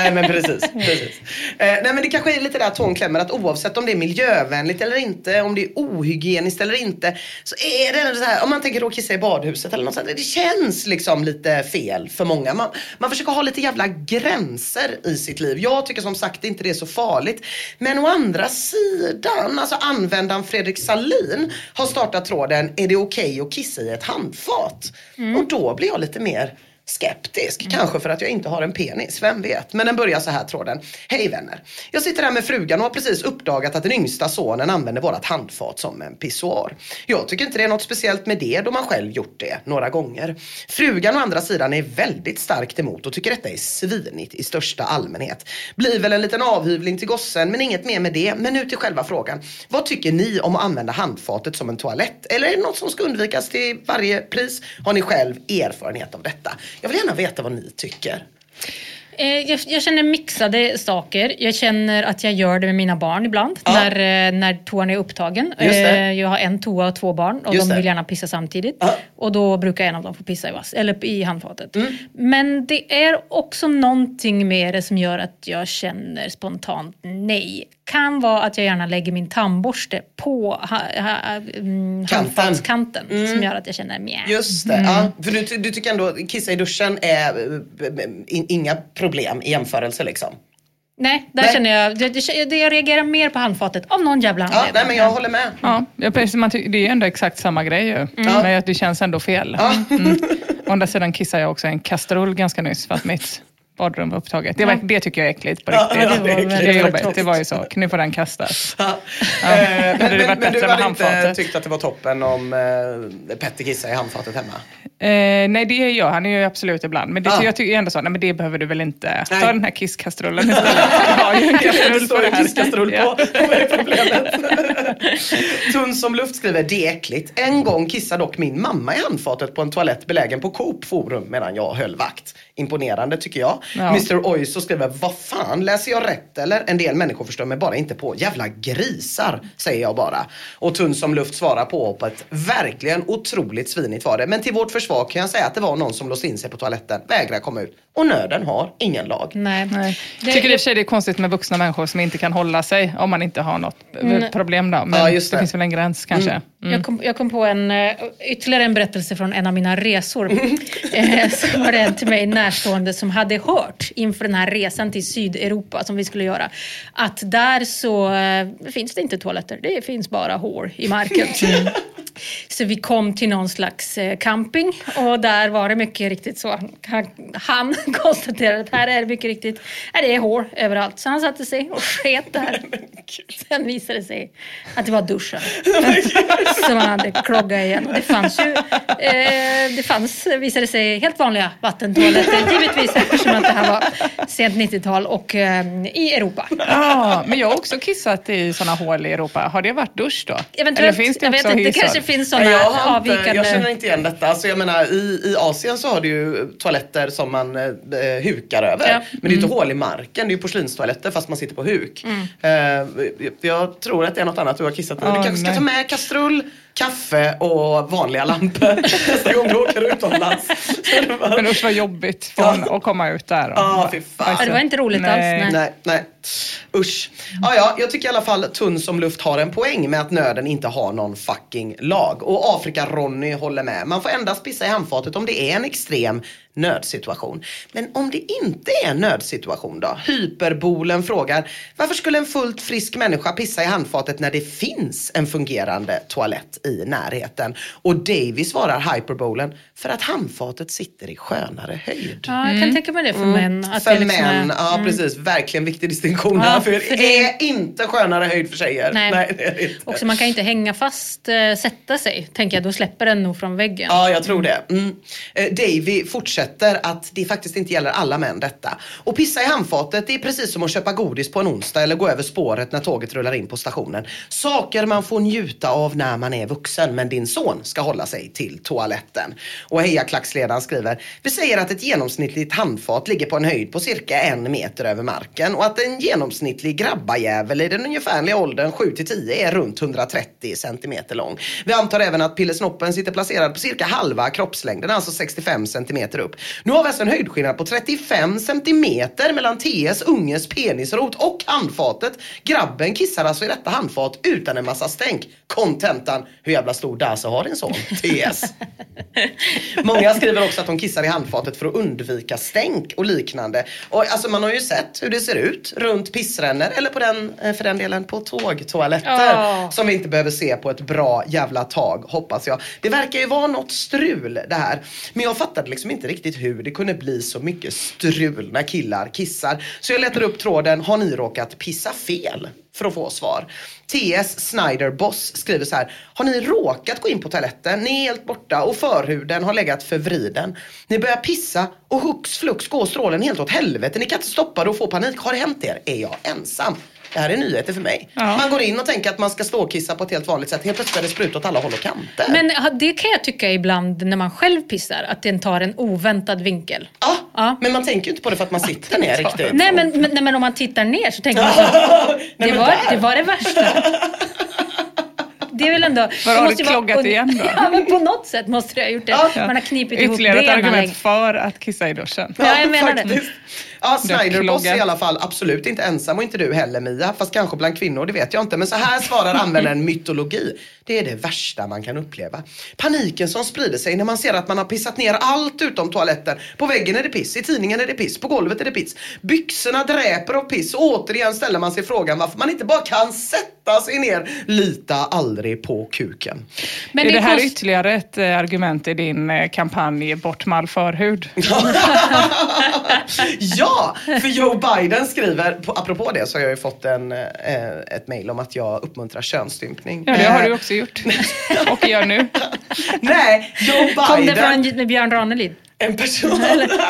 precis. Nej, men det kanske är lite där tån klämmer, att oavsett om det är miljövänligt eller inte, om det är ohygieniskt eller inte, så är det så här, om man tänker då kissa i badhuset eller något sånt, det känns liksom lite fel för många. Man försöker ha lite jävla gränser i sitt liv. Jag tycker som sagt inte det är så farligt. Men å andra sidan, alltså användaren Fredrik Salin har startat tråden, är det okej att kissa i ett handfat? Och då blir jag lite mer skeptisk. Kanske för att jag inte har en penis, vem vet. Men den börjar så här, tråden. Hej vänner. Jag sitter här med frugan och har precis uppdagat att den yngsta sonen använder vårat handfat som en pissoar. Jag tycker inte det är något speciellt med det, då man själv gjort det några gånger. Frugan å andra sidan är väldigt starkt emot och tycker detta är svinigt i största allmänhet. Blir väl en liten avhyvling till gossen, men inget mer med det. Men nu till själva frågan. Vad tycker ni om att använda handfatet som en toalett? Eller är det något som ska undvikas till varje pris? Har ni själv erfarenhet av detta? Jag vill gärna veta vad ni tycker. Jag känner mixade saker. Jag känner att jag gör det med mina barn ibland. När toan är upptagen. Jag har en toa och 2 barn. Och de vill gärna pissa samtidigt. Och då brukar en av dem få pissa i handfatet. Men det är också någonting med det som gör att jag känner spontant nej. Kan vara att jag gärna lägger min tandborste på handfatskanten. Som gör att jag känner mjä. Just det, För du tycker ändå kissa i duschen är inga problem i jämförelse liksom? Nej, där känner jag reagerar mer på handfatet av någon jävla anledning. Nej, men jag håller med. Ja, det är ju ändå exakt samma grej ju. Men det känns ändå fel. Å andra sidan kissar jag också en kastrull ganska nyss för att mitt badrum var upptaget. Det tycker jag är äckligt på riktigt. Det är jobbigt. Det var ju så. Nu får den kastas. Men du hade inte tyckt att det var toppen om Petter kissar i handfatet hemma? Nej, det gör han ju absolut ibland. Men jag tycker ändå så, nej, men det behöver du väl inte. Ta den här kisskastrullen istället. Jag har ju en kastrull på det här. Kisskastrull på. Vad är problemet? Tunn som luft skriver, det är äckligt. En gång kissade dock min mamma i handfatet på en toalett belägen på Coop Forum medan jag höll vakt. Imponerande tycker jag. Mr. Oiso skriver, vad fan, läser jag rätt eller? En del människor förstår mig bara inte på. Jävla grisar, säger jag bara. Och Tunn som luft svarar på ett verkligen otroligt svinigt var det. Men till vårt försvar kan jag säga att det var någon som låste in sig på toaletten, vägrar komma ut. Och nöden har ingen lag. Nej. Jag tycker i och för sig det är konstigt med vuxna människor som inte kan hålla sig om man inte har något problem då. Men det finns väl en gräns kanske. Jag kom på ytterligare en berättelse från en av mina resor. Så var det en till mig närstående som hade hört inför den här resan till Sydeuropa som vi skulle göra. Att där så finns det inte toaletter. Det finns bara hår i marken. Så vi kom till någon slags camping och där var det mycket riktigt så. Han konstaterade att här är det mycket riktigt, det är hår överallt. Så han satte sig och sket där. Sen visade det sig att det var duschen som han hade kloggat igen. Och det fanns, visade sig, helt vanliga vattentoaletter. Givetvis eftersom att det här var sent 90-tal och i Europa. Ja, men jag har också kissat i sådana hål i Europa. Har det varit dusch då? Eventuellt, eller finns det jag vet inte, det kanske finns sådana avvikande. Jag känner inte igen detta. Alltså jag menar, i Asien så har du ju toaletter som man hukar över. Ja. Men det är inte hål i marken. Det är ju porslinstoaletter fast man sitter på huk. Jag tror att det är något annat du har kissat i. Du kanske ska ta med kastrull, kaffe och vanliga lampor nästa gång du åker utomlands. Men usch vad jobbigt att komma ut där. Fy fan. Det var inte roligt alls. Nej. Usch. Jag tycker i alla fall Tunn som luft har en poäng med att nöden inte har någon fucking lag. Och Afrika-Ronny håller med. Man får endast pissa i handfatet om det är en extrem nödsituation. Men om det inte är en nödsituation då? Hyperbolen frågar, varför skulle en fullt frisk människa pissa i handfatet när det finns en fungerande toalett i närheten? Och Davy svarar Hyperbolen, för att handfatet sitter i skönare höjd. Ja, jag kan tänka mig det för män. Att för det liksom män, precis. Verkligen viktig distinktion här. För det är inte skönare höjd för tjejer. Nej det är det inte. Också man kan inte hänga fast, sätta sig. Tänker jag, då släpper den nog från väggen. Ja, jag tror det. Davy fortsätter att det faktiskt inte gäller alla män detta. Och pissa i handfatet, det är precis som att köpa godis på en onsdag eller gå över spåret när tåget rullar in på stationen. Saker man får njuta av när man är vuxen, men din son ska hålla sig till toaletten. Och Hejaklacksledaren skriver, vi säger att ett genomsnittligt handfat ligger på en höjd på cirka 1 meter över marken och att en genomsnittlig grabbajävel i den ungefärliga åldern 7-10 är runt 130 centimeter lång. Vi antar även att pillesnoppen sitter placerad på cirka halva kroppslängden, alltså 65 centimeter upp. upp. Nu har vi alltså en höjdskillnad på 35 centimeter mellan TS unges penisrot och handfatet. Grabben kissar alltså i detta handfat utan en massa stänk. Kontentan, hur jävla stor dase har din son? TS. Många skriver också att de kissar i handfatet för att undvika stänk och liknande. Och alltså man har ju sett hur det ser ut runt pissrännor eller på för den delen på tågtoaletter som vi inte behöver se på ett bra jävla tag, hoppas jag. Det verkar ju vara något strul det här. Men jag fattade liksom inte riktigt hur det kunde bli så mycket strul när killar kissar. Så jag letade upp tråden, har ni råkat pissa fel? För att få svar. TS Snyder Boss skriver så här: har ni råkat gå in på toaletten? Ni är helt borta och förhuden har legat förvriden. Ni börjar pissa och hux flux går strålen helt åt helvete. Ni kan inte stoppa det och få panik. Har det hänt er? Är jag ensam? Det här är nyheter för mig. Ja. Man går in och tänker att man ska stå och kissa på ett helt vanligt sätt. Helt plötsligt är det sprut åt alla håll och kanter. Men det kan jag tycka ibland när man själv pissar. Att den tar en oväntad vinkel. Ja. Men man tänker ju inte på det för att man sitter ner riktigt. Nej, men om man tittar ner så tänker man så att det var det värsta. Det är väl ändå... Har du kloggat igen då? Ja, men på något sätt måste det ha gjort det. Man har knipit ihop benen. Ytterligare ett argument för att kissa i duschen. Ja, jag menar det. Ja, Snyder Boss i alla fall absolut inte ensam och inte du heller, Mia. Fast kanske bland kvinnor, det vet jag inte. Men så här svarar användaren mytologi. Det är det värsta man kan uppleva. Paniken som sprider sig när man ser att man har pissat ner allt utom toaletten. På väggen är det piss, i tidningen är det piss, på golvet är det piss. Byxorna dräper av piss och återigen ställer man sig frågan varför man inte bara kan sätta sig ner. Lita aldrig på kuken. Men är det här ytterligare ett argument i din kampanj Bort med all förhud? Ja, för Joe Biden skriver, apropå det så har jag ju fått ett mejl om att jag uppmuntrar könsstympning. Ja, det har du också gjort. Och gör nu. Nej, Joe Biden... Kom det från Björn Ranelid? En person...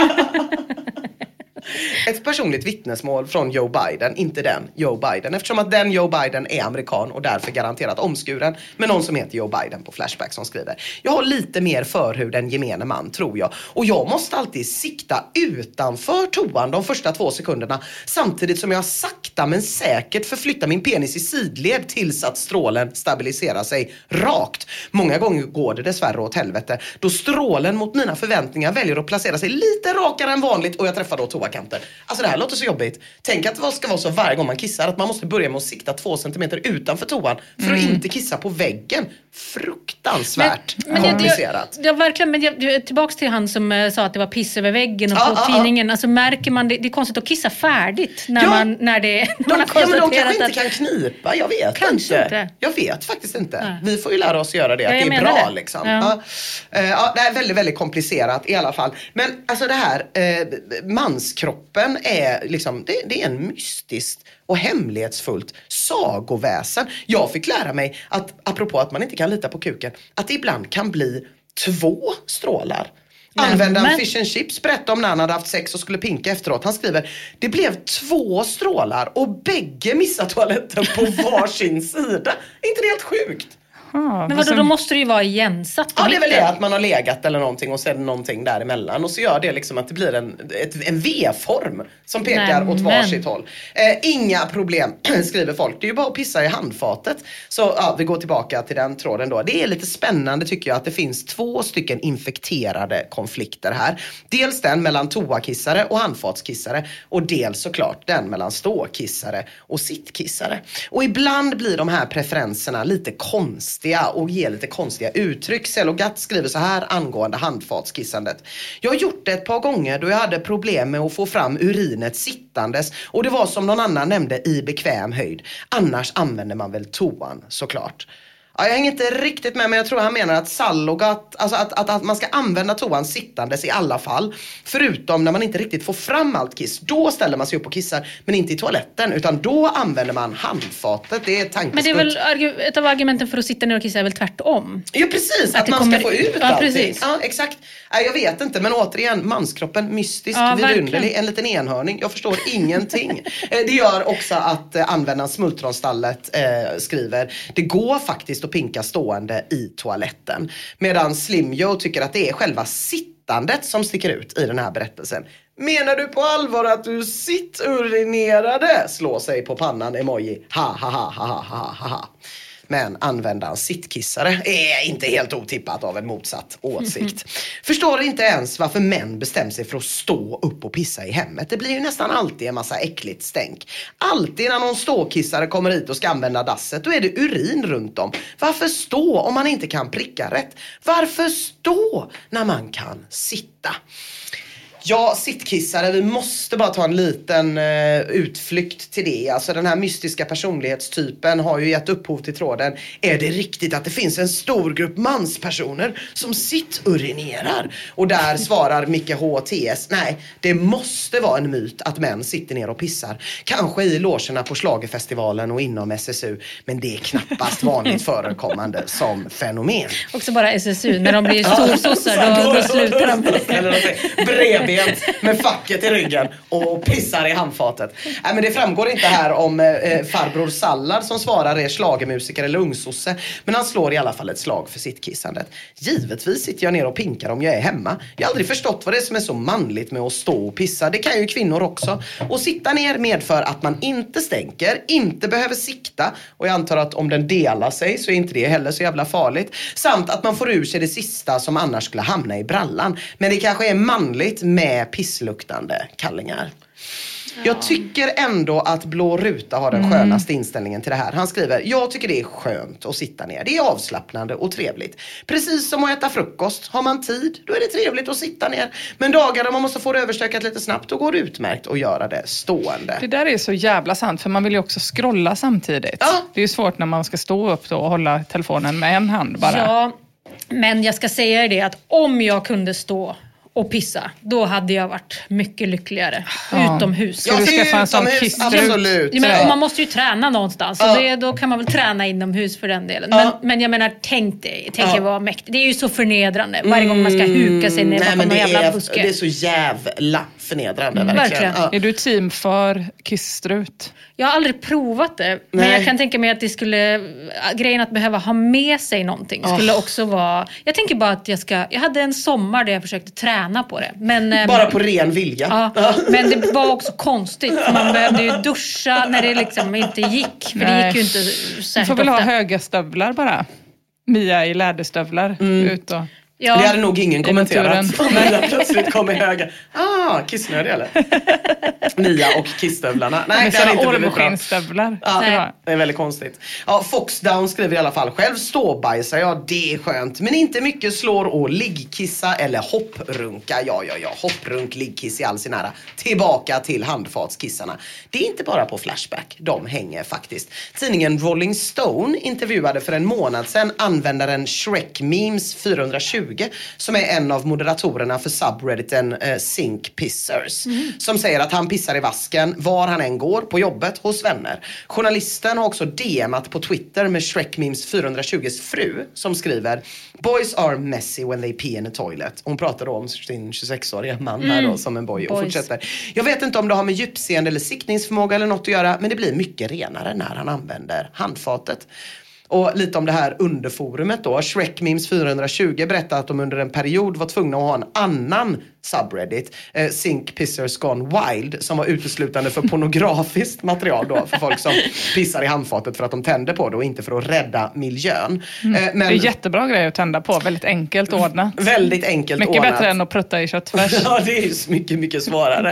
Ett personligt vittnesmål från Joe Biden, inte den Joe Biden. Eftersom att den Joe Biden är amerikan och därför garanterat omskuren. Men någon som heter Joe Biden på Flashback som skriver: jag har lite mer förhud än gemene man, tror jag. Och jag måste alltid sikta utanför toan de första 2 sekunderna. Samtidigt som jag sakta men säkert förflyttar min penis i sidled tills att strålen stabiliserar sig rakt. Många gånger går det dessvärre åt helvete. Då strålen mot mina förväntningar väljer att placera sig lite rakare än vanligt och jag träffar då toakanten. Alltså det här låter så jobbigt. Tänk att det ska vara så varje gång man kissar att man måste börja med att sikta 2 centimeter utanför toan för att inte kissa på väggen. Fruktansvärt komplicerat. Jag verkligen, men tillbaks till han som sa att det var piss över väggen och på tidningen. Alltså märker man, det är konstigt att kissa färdigt när man har konstaterat men de kanske inte kan knipa, jag vet kanske inte. Jag vet faktiskt inte. Vi får ju lära oss göra det, att det är bra det. Liksom. Det är väldigt, väldigt komplicerat i alla fall. Men alltså det här manskroppen är liksom, det är en mystiskt och hemlighetsfullt sagoväsen. Jag fick lära mig att, apropå att man inte kan lita på kuken, att det ibland kan bli 2 strålar. Användaren Fish and Chips berättade om när han hade haft sex och skulle pinka efteråt. Han skriver: det blev 2 strålar och bägge missade toaletten på varsin sida. Är inte det helt sjukt? Men vadå, då måste det ju vara igensatt. Ja, det är väl det att man har legat eller någonting och sen någonting däremellan. Och så gör det liksom att det blir en V-form som pekar åt varsitt håll. Inga problem, skriver folk. Det är ju bara att pissa i handfatet. Så vi går tillbaka till den tråden då. Det är lite spännande tycker jag att det finns 2 stycken infekterade konflikter här. Dels den mellan toakissare och handfatskissare. Och dels såklart den mellan ståkissare och sittkissare. Och ibland blir de här preferenserna lite konstiga och ger lite konstiga uttryck. Sellogatt skriver så här angående handfatskissandet: jag har gjort det ett par gånger då jag hade problem med att få fram urinet sittandes och det var som någon annan nämnde i bekväm höjd. Annars använder man väl toan såklart. Ja, jag hänger inte riktigt med, men jag tror han menar att Sellogatt, alltså att man ska använda toan sittandes i alla fall. Förutom när man inte riktigt får fram allt kiss. Då ställer man sig upp och kissar, men inte i toaletten. Utan då använder man handfatet. Det är tankeskutt. Men det är väl ett av argumenten för att sitta ner och kissa är väl tvärtom? Ja, precis. Att man ska få ut allting. Precis. Ja, exakt. Jag vet inte, men återigen, manskroppen, mystisk, vidunderlig, en liten enhörning. Jag förstår ingenting. Det gör också att användaren Smultronstallet skriver: det går faktiskt att pinka stående i toaletten. Medan Slim Joe tycker att det är själva sittandet som sticker ut i den här berättelsen. Menar du på allvar att du sitturinerade? Slå sig på pannan emoji. Ha ha ha ha ha ha ha. men använda en sittkissare är inte helt otippat av en motsatt åsikt. Förstår inte ens varför män bestämmer sig för att stå upp och pissa i hemmet. Det blir ju nästan alltid en massa äckligt stänk. Alltid när någon ståkissare kommer hit och ska använda dasset, då är det urin runt om. Varför stå om man inte kan pricka rätt? Varför stå när man kan sitta? Ja, sittkissare, vi måste bara ta en liten utflykt till det. Alltså den här mystiska personlighetstypen har ju gett upphov till tråden. Är det riktigt att det finns en stor grupp manspersoner som sitturinerar? Och där svarar Micke HTS, nej, det måste vara en myt att män sitter ner och pissar. Kanske i logerna på Schlagerfestivalen och inom SSU. Men det är knappast vanligt förekommande som fenomen. Också bara SSU, när de blir storsossar då slutar de. Eller bredbent med facket i ryggen och pissar i handfatet. Nej, men det framgår inte här om farbror Sallad som svarar är schlagermusiker eller ungsosse. Men han slår i alla fall ett slag för sitt kissandet. Givetvis sitter jag ner och pinkar om jag är hemma. Jag har aldrig förstått vad det är som är så manligt med att stå och pissa. Det kan ju kvinnor också. Och sitta ner medför att man inte stänker, inte behöver sikta. Och jag antar att om den delar sig så är inte det heller så jävla farligt. Samt att man får ur sig det sista som annars skulle hamna i brallan. Men det kanske är manligt med pissluktande kallingar. Jag tycker ändå att Blå Ruta har den skönaste inställningen till det här. Han skriver, jag tycker det är skönt att sitta ner. Det är avslappnande och trevligt. Precis som att äta frukost. Har man tid, då är det trevligt att sitta ner. Men dagar där man måste få det överstökat lite snabbt, då går det utmärkt att göra det stående. Det där är så jävla sant, för man vill ju också scrolla samtidigt. Ja. Det är ju svårt när man ska stå upp då och hålla telefonen med en hand bara. Ja, men jag ska säga det att om jag kunde stå och pissa, då hade jag varit mycket lyckligare utomhus. Ska du skaffa en sån absolut. Men man måste ju träna någonstans. Så då kan man väl träna inomhus för den delen. Men jag menar, tänk vad mäktigt. Det är ju så förnedrande varje gång man ska huka sig ner bakom en jävla buske. Det är så jävla förnedrande, verkligen. Är du team för kissstrut? Jag har aldrig provat det. Men jag kan tänka mig att det skulle, grejen att behöva ha med sig någonting skulle också vara, jag tänker bara att jag hade en sommar där jag försökte träna på det. Men, bara på ren vilja. Ja, men det var också konstigt. För man behövde ju duscha när det liksom inte gick. För det gick ju inte särskilt. Du får väl ha höga stövlar bara. Mia i läderstövlar ut och... Ja. Det hade nog ingen kommenterat. Om det plötsligt kom i höga. Kissnödig eller? Nia och kissstövlarna. Nej, det hade inte blivit bra. Ja, det är väldigt konstigt. Ja, Foxdown skriver i alla fall. Själv ståbajsar jag, det är skönt. Men inte mycket slår och liggkissa eller hopprunka. Ja. Hopprunk, liggkiss i all sin ära. Tillbaka till handfatskissarna. Det är inte bara på Flashback. De hänger faktiskt. Tidningen Rolling Stone intervjuade för en månad sedan användaren Shrek Memes 420 som är en av moderatorerna för subredditen Sink Pissers. Som säger att han pissar i vasken var han än går, på jobbet, hos vänner. Journalisten har också DMat på Twitter med Shrek Memes 420s fru som skriver: Boys are messy when they pee in a toilet. Hon pratar då om sin 26-åriga man här då, som en boy. Och fortsätter: jag vet inte om det har med djupseende eller siktningsförmåga eller något att göra, men det blir mycket renare när han använder handfatet. Och lite om det här underforumet då. Shrek Memes 420 berättar att de under en period var tvungna att ha en annan subreddit, Sink Pissers Gone Wild, som var uteslutande för pornografiskt material då, för folk som pissar i handfatet för att de tänder på det och inte för att rädda miljön. Men, det är jättebra grej att tända på, väldigt enkelt ordnat. Väldigt enkelt mycket ordnat. Bättre än att prutta i köttfärs. Ja, det är mycket, mycket svårare.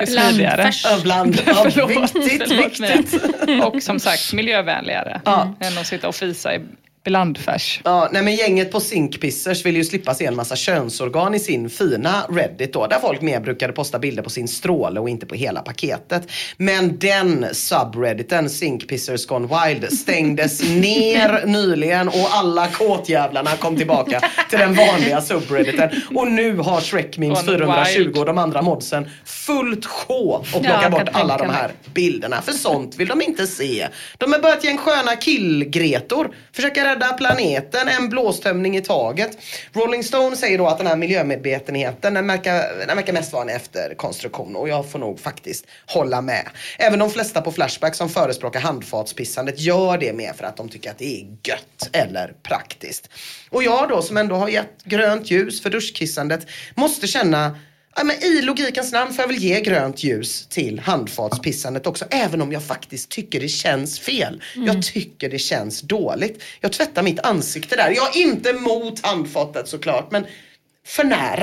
Viktigt. Och som sagt, miljövänligare än att sitta och fisa i blandfärs. Ja, nej men gänget på Sink Pissers vill ju slippa se en massa könsorgan i sin fina Reddit då, där folk mer brukade posta bilder på sin stråle och inte på hela paketet. Men den subredditen, Sink Pissers Gone Wild, stängdes ner nyligen och alla kåtjävlarna kom tillbaka till den vanliga subredditen. Och nu har Shrek Memes 420 och de andra modsen fullt sjå och plocka bort alla de här bilderna. För sånt vill de inte se. De har börjat ge en sköna killgretor. Försöka rädda planeten, en blåstömning i taget. Rolling Stone säger då att den här miljömedvetenheten den verkar mest vara en efterkonstruktion. Och jag får nog faktiskt hålla med. Även de flesta på Flashback som förespråkar handfatspissandet gör det mer för att de tycker att det är gött eller praktiskt. Och jag då som ändå har gett grönt ljus för duschkissandet måste känna Ja, men i logikens namn får jag väl ge grönt ljus till handfatspissandet också. Även om jag faktiskt tycker det känns fel. Jag tycker det känns dåligt. Jag tvättar mitt ansikte där. Jag är inte mot handfatet såklart. Men för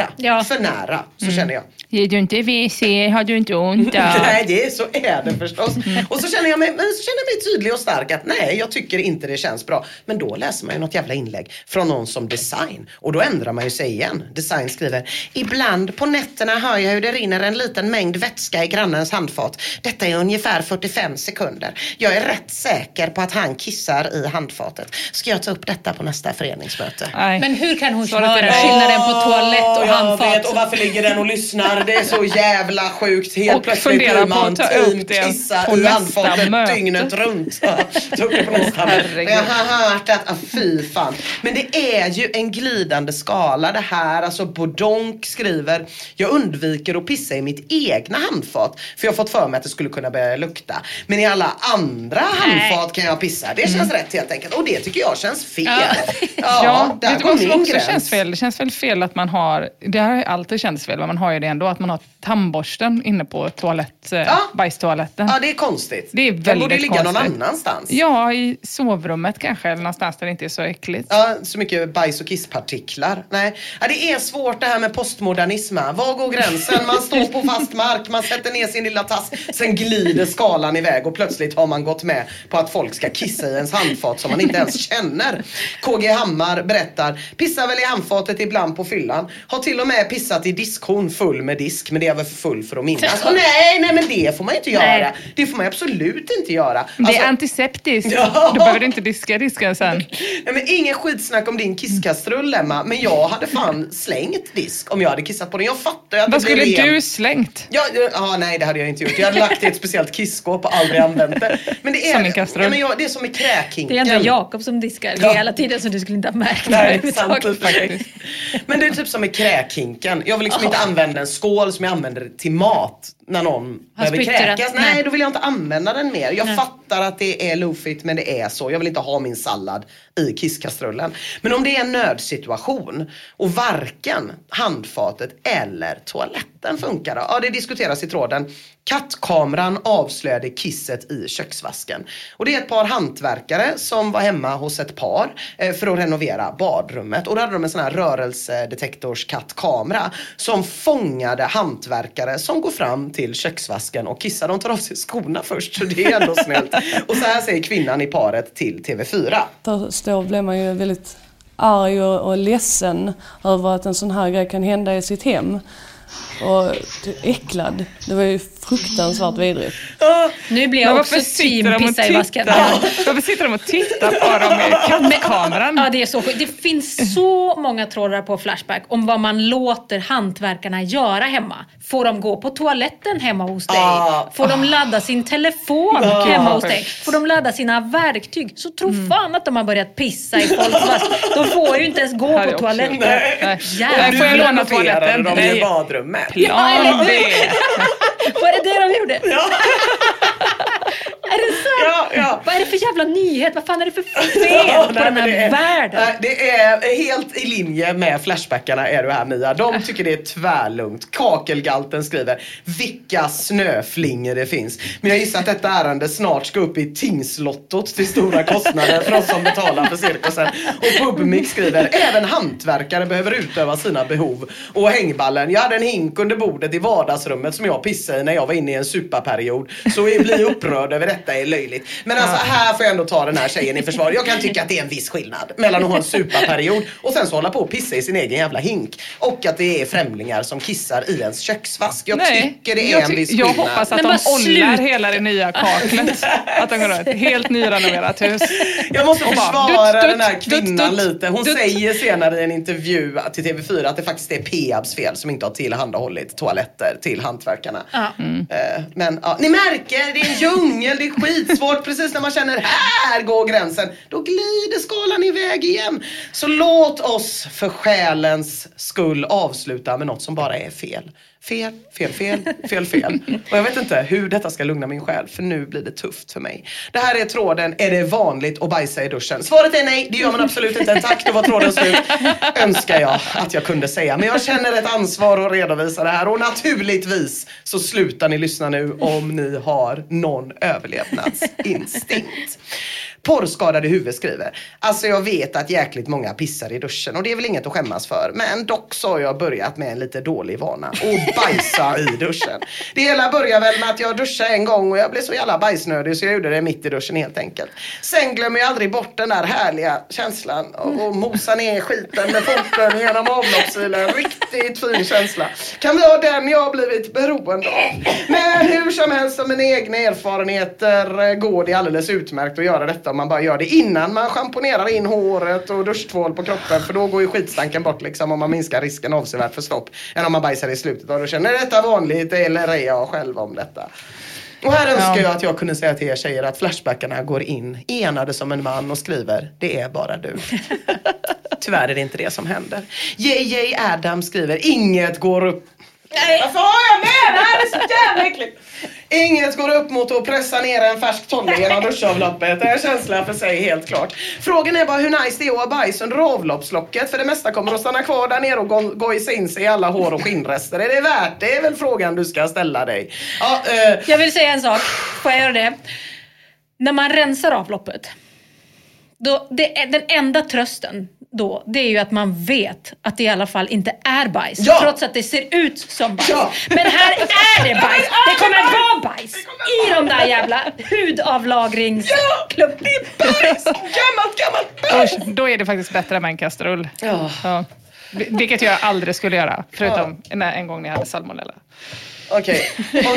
nära. Så känner jag. Ger du inte WC har du inte ont. Nej, så är det förstås. Och så känner jag mig tydlig och stark att nej, jag tycker inte det känns bra. Men då läser man ju något jävla inlägg från någon som Design. Och då ändrar man ju sig igen. Design skriver: ibland på nätterna hör jag hur det rinner en liten mängd vätska i grannens handfat. Detta är ungefär 45 sekunder. Jag är rätt säker på att han kissar i handfatet. Ska jag ta upp detta på nästa föreningsmöte? Men hur kan hon höra skillnaden på toalett och handfat? Och varför ligger den och lyssnar? Det är så jävla sjukt. Helt plötsligt blir man kissa i handfatet dygnet runt. Ta upp det på nästa möte. Jag har hört att, fy fan. Men det är ju en glidande skala det här. Alltså Bodonk skriver: jag undviker att pissa i mitt egna handfat. För jag har fått för mig att det skulle kunna börja lukta. Men i alla andra handfat kan jag pissa. Det känns rätt helt enkelt. Och det tycker jag känns fel. Där går min gräns. Känns fel. Det känns väl fel att man har, det har alltid känts fel, men man har ju det ändå, att man har tandborsten inne på bajstoaletten. Ja, det är konstigt. Det är väldigt den borde ligga konstigt. någon annanstans. Ja, i sovrummet kanske, eller någonstans där det inte är så äckligt. Ja, så mycket bajs- och kisspartiklar. Nej, det är svårt det här med postmodernism. Var går gränsen? Man står på fast mark, man sätter ner sin lilla tass, sen glider skalan iväg och plötsligt har man gått med på att folk ska kissa i ens handfat som man inte ens känner. KG Hammar berättar: pissar väl i handfatet ibland på fyllan. Har till och med pissat i diskhon full med disk, men det är väl för full för att minnas. Nej, men det får man inte göra. Nej. Det får man absolut inte göra. Det är antiseptiskt. Ja. Då behöver du inte diska disken sen. Nej, men ingen skitsnack om din kisskastrull, Emma. Men jag hade fan slängt disk om jag hade kissat på den. Jag fattar att vad skulle du slängt? Nej, det hade jag inte gjort. Jag hade lagt i ett speciellt kisskåp och aldrig använt det. Men det är, som en kastrull. Det är som med kräkhinken. Det är ändå Jakob som diskar hela tiden, så du skulle inte ha märkt det. Sant, faktiskt. Men det är typ som med kräkhinken. Jag vill liksom inte använda en skål som jag använder till mat när någon behöver kräkas. Nej, då vill jag inte använda den mer. Jag fattar att det är loofigt, men det är så. Jag vill inte ha min sallad i kisskastrullen. Men om det är en nödsituation och varken handfatet eller toaletten funkar, ja, det diskuteras i tråden. Kattkameran avslöjade kisset i köksvasken. Och det är ett par hantverkare som var hemma hos ett par för att renovera badrummet. Och då hade de en sån här rörelsedetektors kattkamera som fångade hantverkare som går fram till köksvasken och kissar. De tar av sig skorna först, så det är ändå snällt. Och så här säger kvinnan i paret till TV4. Då blev man ju väldigt arg och ledsen över att en sån här grej kan hända i sitt hem. Och äcklad. Det var ju fruktansvärt vidrigt. Nu blir jag också team pissa i vasken. Varför sitter de och tittar på dem med kattkameran? Ja, det är så sjukt. Det finns så många trådar på Flashback om vad man låter hantverkarna göra hemma. Får de gå på toaletten hemma hos dig? Får de ladda sin telefon hemma hos dig? Får de ladda sina verktyg? Så tro fan att de har börjat pissa i folks vask. De får ju inte ens gå på toaletten. Nej, får jag låna toaletten? De i badrummet. Plan B. Var det de gjorde? Ja. Är det så? Ja. Vad är det för jävla nyhet? Vad fan är det för fel på den här världen? Det är helt i linje med Flashbackarna är du här, Mia. De tycker det är tvärlugnt. Kakelgalten skriver: vilka snöflingor det finns. Men jag gissar att detta ärende snart ska upp i tingslottot till stora kostnader för oss som betalar för cirkusen. Och Pubmix skriver: även hantverkare behöver utöva sina behov. Och hängballen: jag hade en hink under bordet i vardagsrummet som jag pissade i när jag var inne i en superperiod. Så blir upprörd över detta är löjligt. Men alltså här får jag ändå ta den här tjejen i försvar. Jag kan tycka att det är en viss skillnad mellan att ha en superperiod och sen så hålla på och pissa i sin egen jävla hink. Och att det är främlingar som kissar i ens köksvask. Jag tycker det är en viss skillnad. Jag hoppas att de ollar hela det nya kaklet. Att de går ett helt nyrenoverat hus. Jag måste försvara den här kvinnan lite. Hon säger senare i en intervju till TV4 att det faktiskt är Peabs fel som inte har tillhandahållit toaletter till hantverkarna. Men ni märker, det är en djungel, det är skitsvårt. Precis när man känner här går gränsen, då glider skalan iväg igen. Så låt oss för själens skull avsluta med något som bara är fel. Fel. Och jag vet inte hur detta ska lugna min själ, för nu blir det tufft för mig. Det här är tråden, är det vanligt att bajsa i duschen? Svaret är nej, det gör man absolut inte. Tack, då var tråden slut. Önskar jag att jag kunde säga. Men jag känner ett ansvar att redovisa det här. Och naturligtvis så slutar ni lyssna nu om ni har någon överlevnadsinstinkt. Porrskadade huvud skriver: alltså jag vet att jäkligt många pissar i duschen och det är väl inget att skämmas för, men dock så har jag börjat med en lite dålig vana och bajsa i duschen. Det hela börjar väl med att jag duschade en gång och jag blev så jävla bajsnödig så jag gjorde det mitt i duschen helt enkelt. Sen glömmer jag aldrig bort den där härliga känslan och mosa ner skiten med foten genom avloppssilen. Riktigt fin känsla. Kan vara den jag har blivit beroende av. Men hur som helst, som mina egna erfarenheter går det alldeles utmärkt att göra detta. Man bara gör det innan man schamponerar in håret och duschtvål på kroppen, för då går ju skitstanken bort liksom, om man minskar risken avsevärt för stopp än om man bajsar i slutet och då känner detta vanligt eller är jag själv om detta. Och här önskar jag att jag kunde säga till er tjejer att flashbackarna går in enade som en man och skriver: det är bara du. Tyvärr är det inte det som händer. JJ Adam skriver: inget går upp. Nej, vad har jag med? Det här är så jävla äckligt. Inget går upp mot att pressa ner en färsk tolle genom duschavloppet. Det är en känsla för sig helt klart. Frågan är bara hur nice det är att ha bajs under avloppslocket. För det mesta kommer att stanna kvar där nere och gojsa in sig i alla hår och skinnrester. Är det värt det? Det är väl frågan du ska ställa dig. Ja, jag vill säga en sak. Får jag göra det? När man rensar avloppet, då, det är den enda trösten då, det är ju att man vet att det i alla fall inte är bajs. Ja! Trots att det ser ut som bajs. Ja! Men här är det bajs. Det kommer vara bajs i de där jävla hudavlagringsklump. Ja, det är bajs. Gammalt bajs. Då är det faktiskt bättre med en kastrull. Ja. Ja. Vilket jag aldrig skulle göra. Förutom en gång när jag hade salmonella. Okej. Och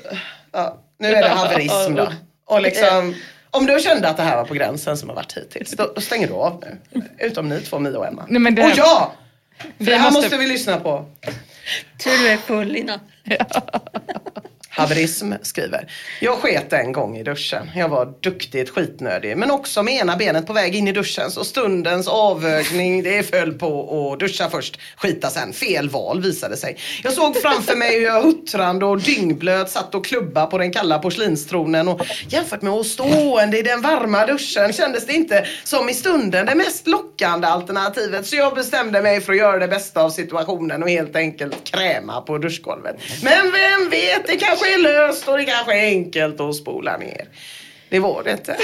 nu är det haverism då. Och liksom... Om du kände att det här var på gränsen som har varit hittills, då stänger du av nu. Utom ni två, Mia och Emma. Nej, men det... Och ja! Det här måste vi lyssna på. Tur du är full innan. Haverism skriver: jag sket en gång i duschen. Jag var duktigt skitnödig, men också med ena benet på väg in i duschen. Så stundens avvägning, det föll på att duscha först, skita sen. Fel val visade sig. Jag såg framför mig hur jag huttrande och dyngblöt satt och klubba på den kalla porslinstronen. Och jämfört med att stående i den varma duschen kändes det inte som i stunden det mest lockande alternativet. Så jag bestämde mig för att göra det bästa av situationen och helt enkelt kräma på duschgolvet. Men vem vet, det kanske är löst och det kanske är enkelt att spola ner. Det var det inte.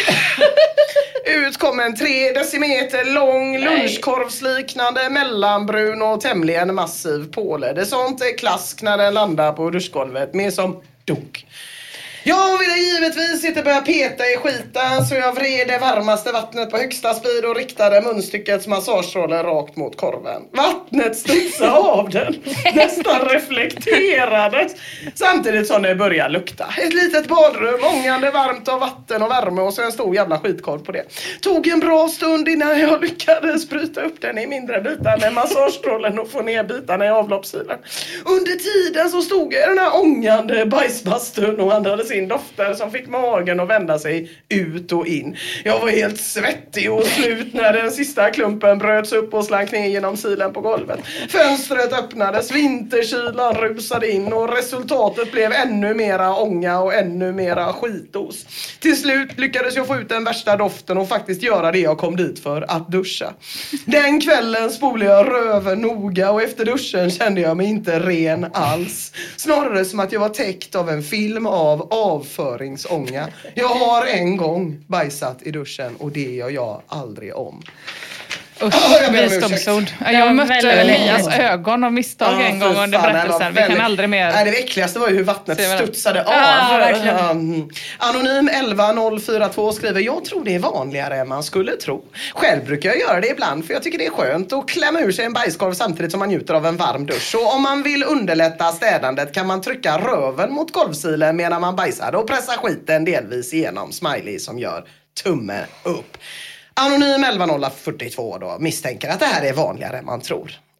Ut kom en 3 decimeter lång lunchkorvsliknande mellanbrun och tämligen massiv påle. Det sånt är klask när den landar på duschgolvet, mer som dunk. Jag ville givetvis inte börja peta i skiten, så jag vred det varmaste vattnet på högsta speed och riktade munstyckets massagestråle rakt mot korven. Vattnet studsade av den, nästan reflekterades, samtidigt som det började lukta. Ett litet badrum, ångande varmt av vatten och värme och så en stor jävla skitkorv på det. Tog en bra stund innan jag lyckades bryta upp den i mindre bitar med massagestrålen och få ner bitarna i avloppssilen. Under tiden så stod jag i den här ångande bajsbastun och andades in dofter som fick magen att vända sig ut och in. Jag var helt svettig och slut när den sista klumpen bröts upp och slank ner genom silen på golvet. Fönstret öppnades, vinterkylan rusade in och resultatet blev ännu mera ånga och ännu mera skitos. Till slut lyckades jag få ut den värsta doften och faktiskt göra det jag kom dit för, att duscha. Den kvällen spolade jag röven noga och efter duschen kände jag mig inte ren alls. Snarare som att jag var täckt av en film av avföringsånga. Jag har en gång bajsat i duschen och det gör jag aldrig om. Jag mötte Elias ögon av misstag en gång under berättelsen. Vi kan aldrig mer... Nej, det äckligaste var ju hur vattnet studsade av. Anonym 11042 skriver: jag tror det är vanligare än man skulle tro. Själv brukar jag göra det ibland för jag tycker det är skönt att klämma ur sig en bajskorv samtidigt som man njuter av en varm dusch. Och om man vill underlätta städandet kan man trycka röven mot golvsilen medan man bajsar och pressa skiten delvis igenom. Smiley som gör tumme upp. Anonym 11042 då misstänker att det här är vanligare än man tror.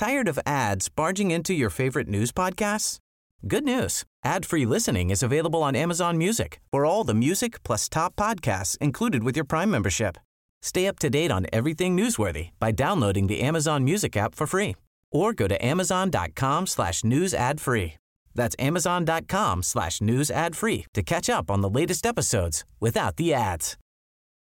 Tired of ads barging into your favorite news podcasts? Good news. Ad-free listening is available on Amazon Music for all the music plus top podcasts included with your Prime membership. Stay up to date on everything newsworthy by downloading the Amazon Music app for free or go to amazon.com/news ad free. That's amazon.com/news ad free to catch up on the latest episodes without the ads.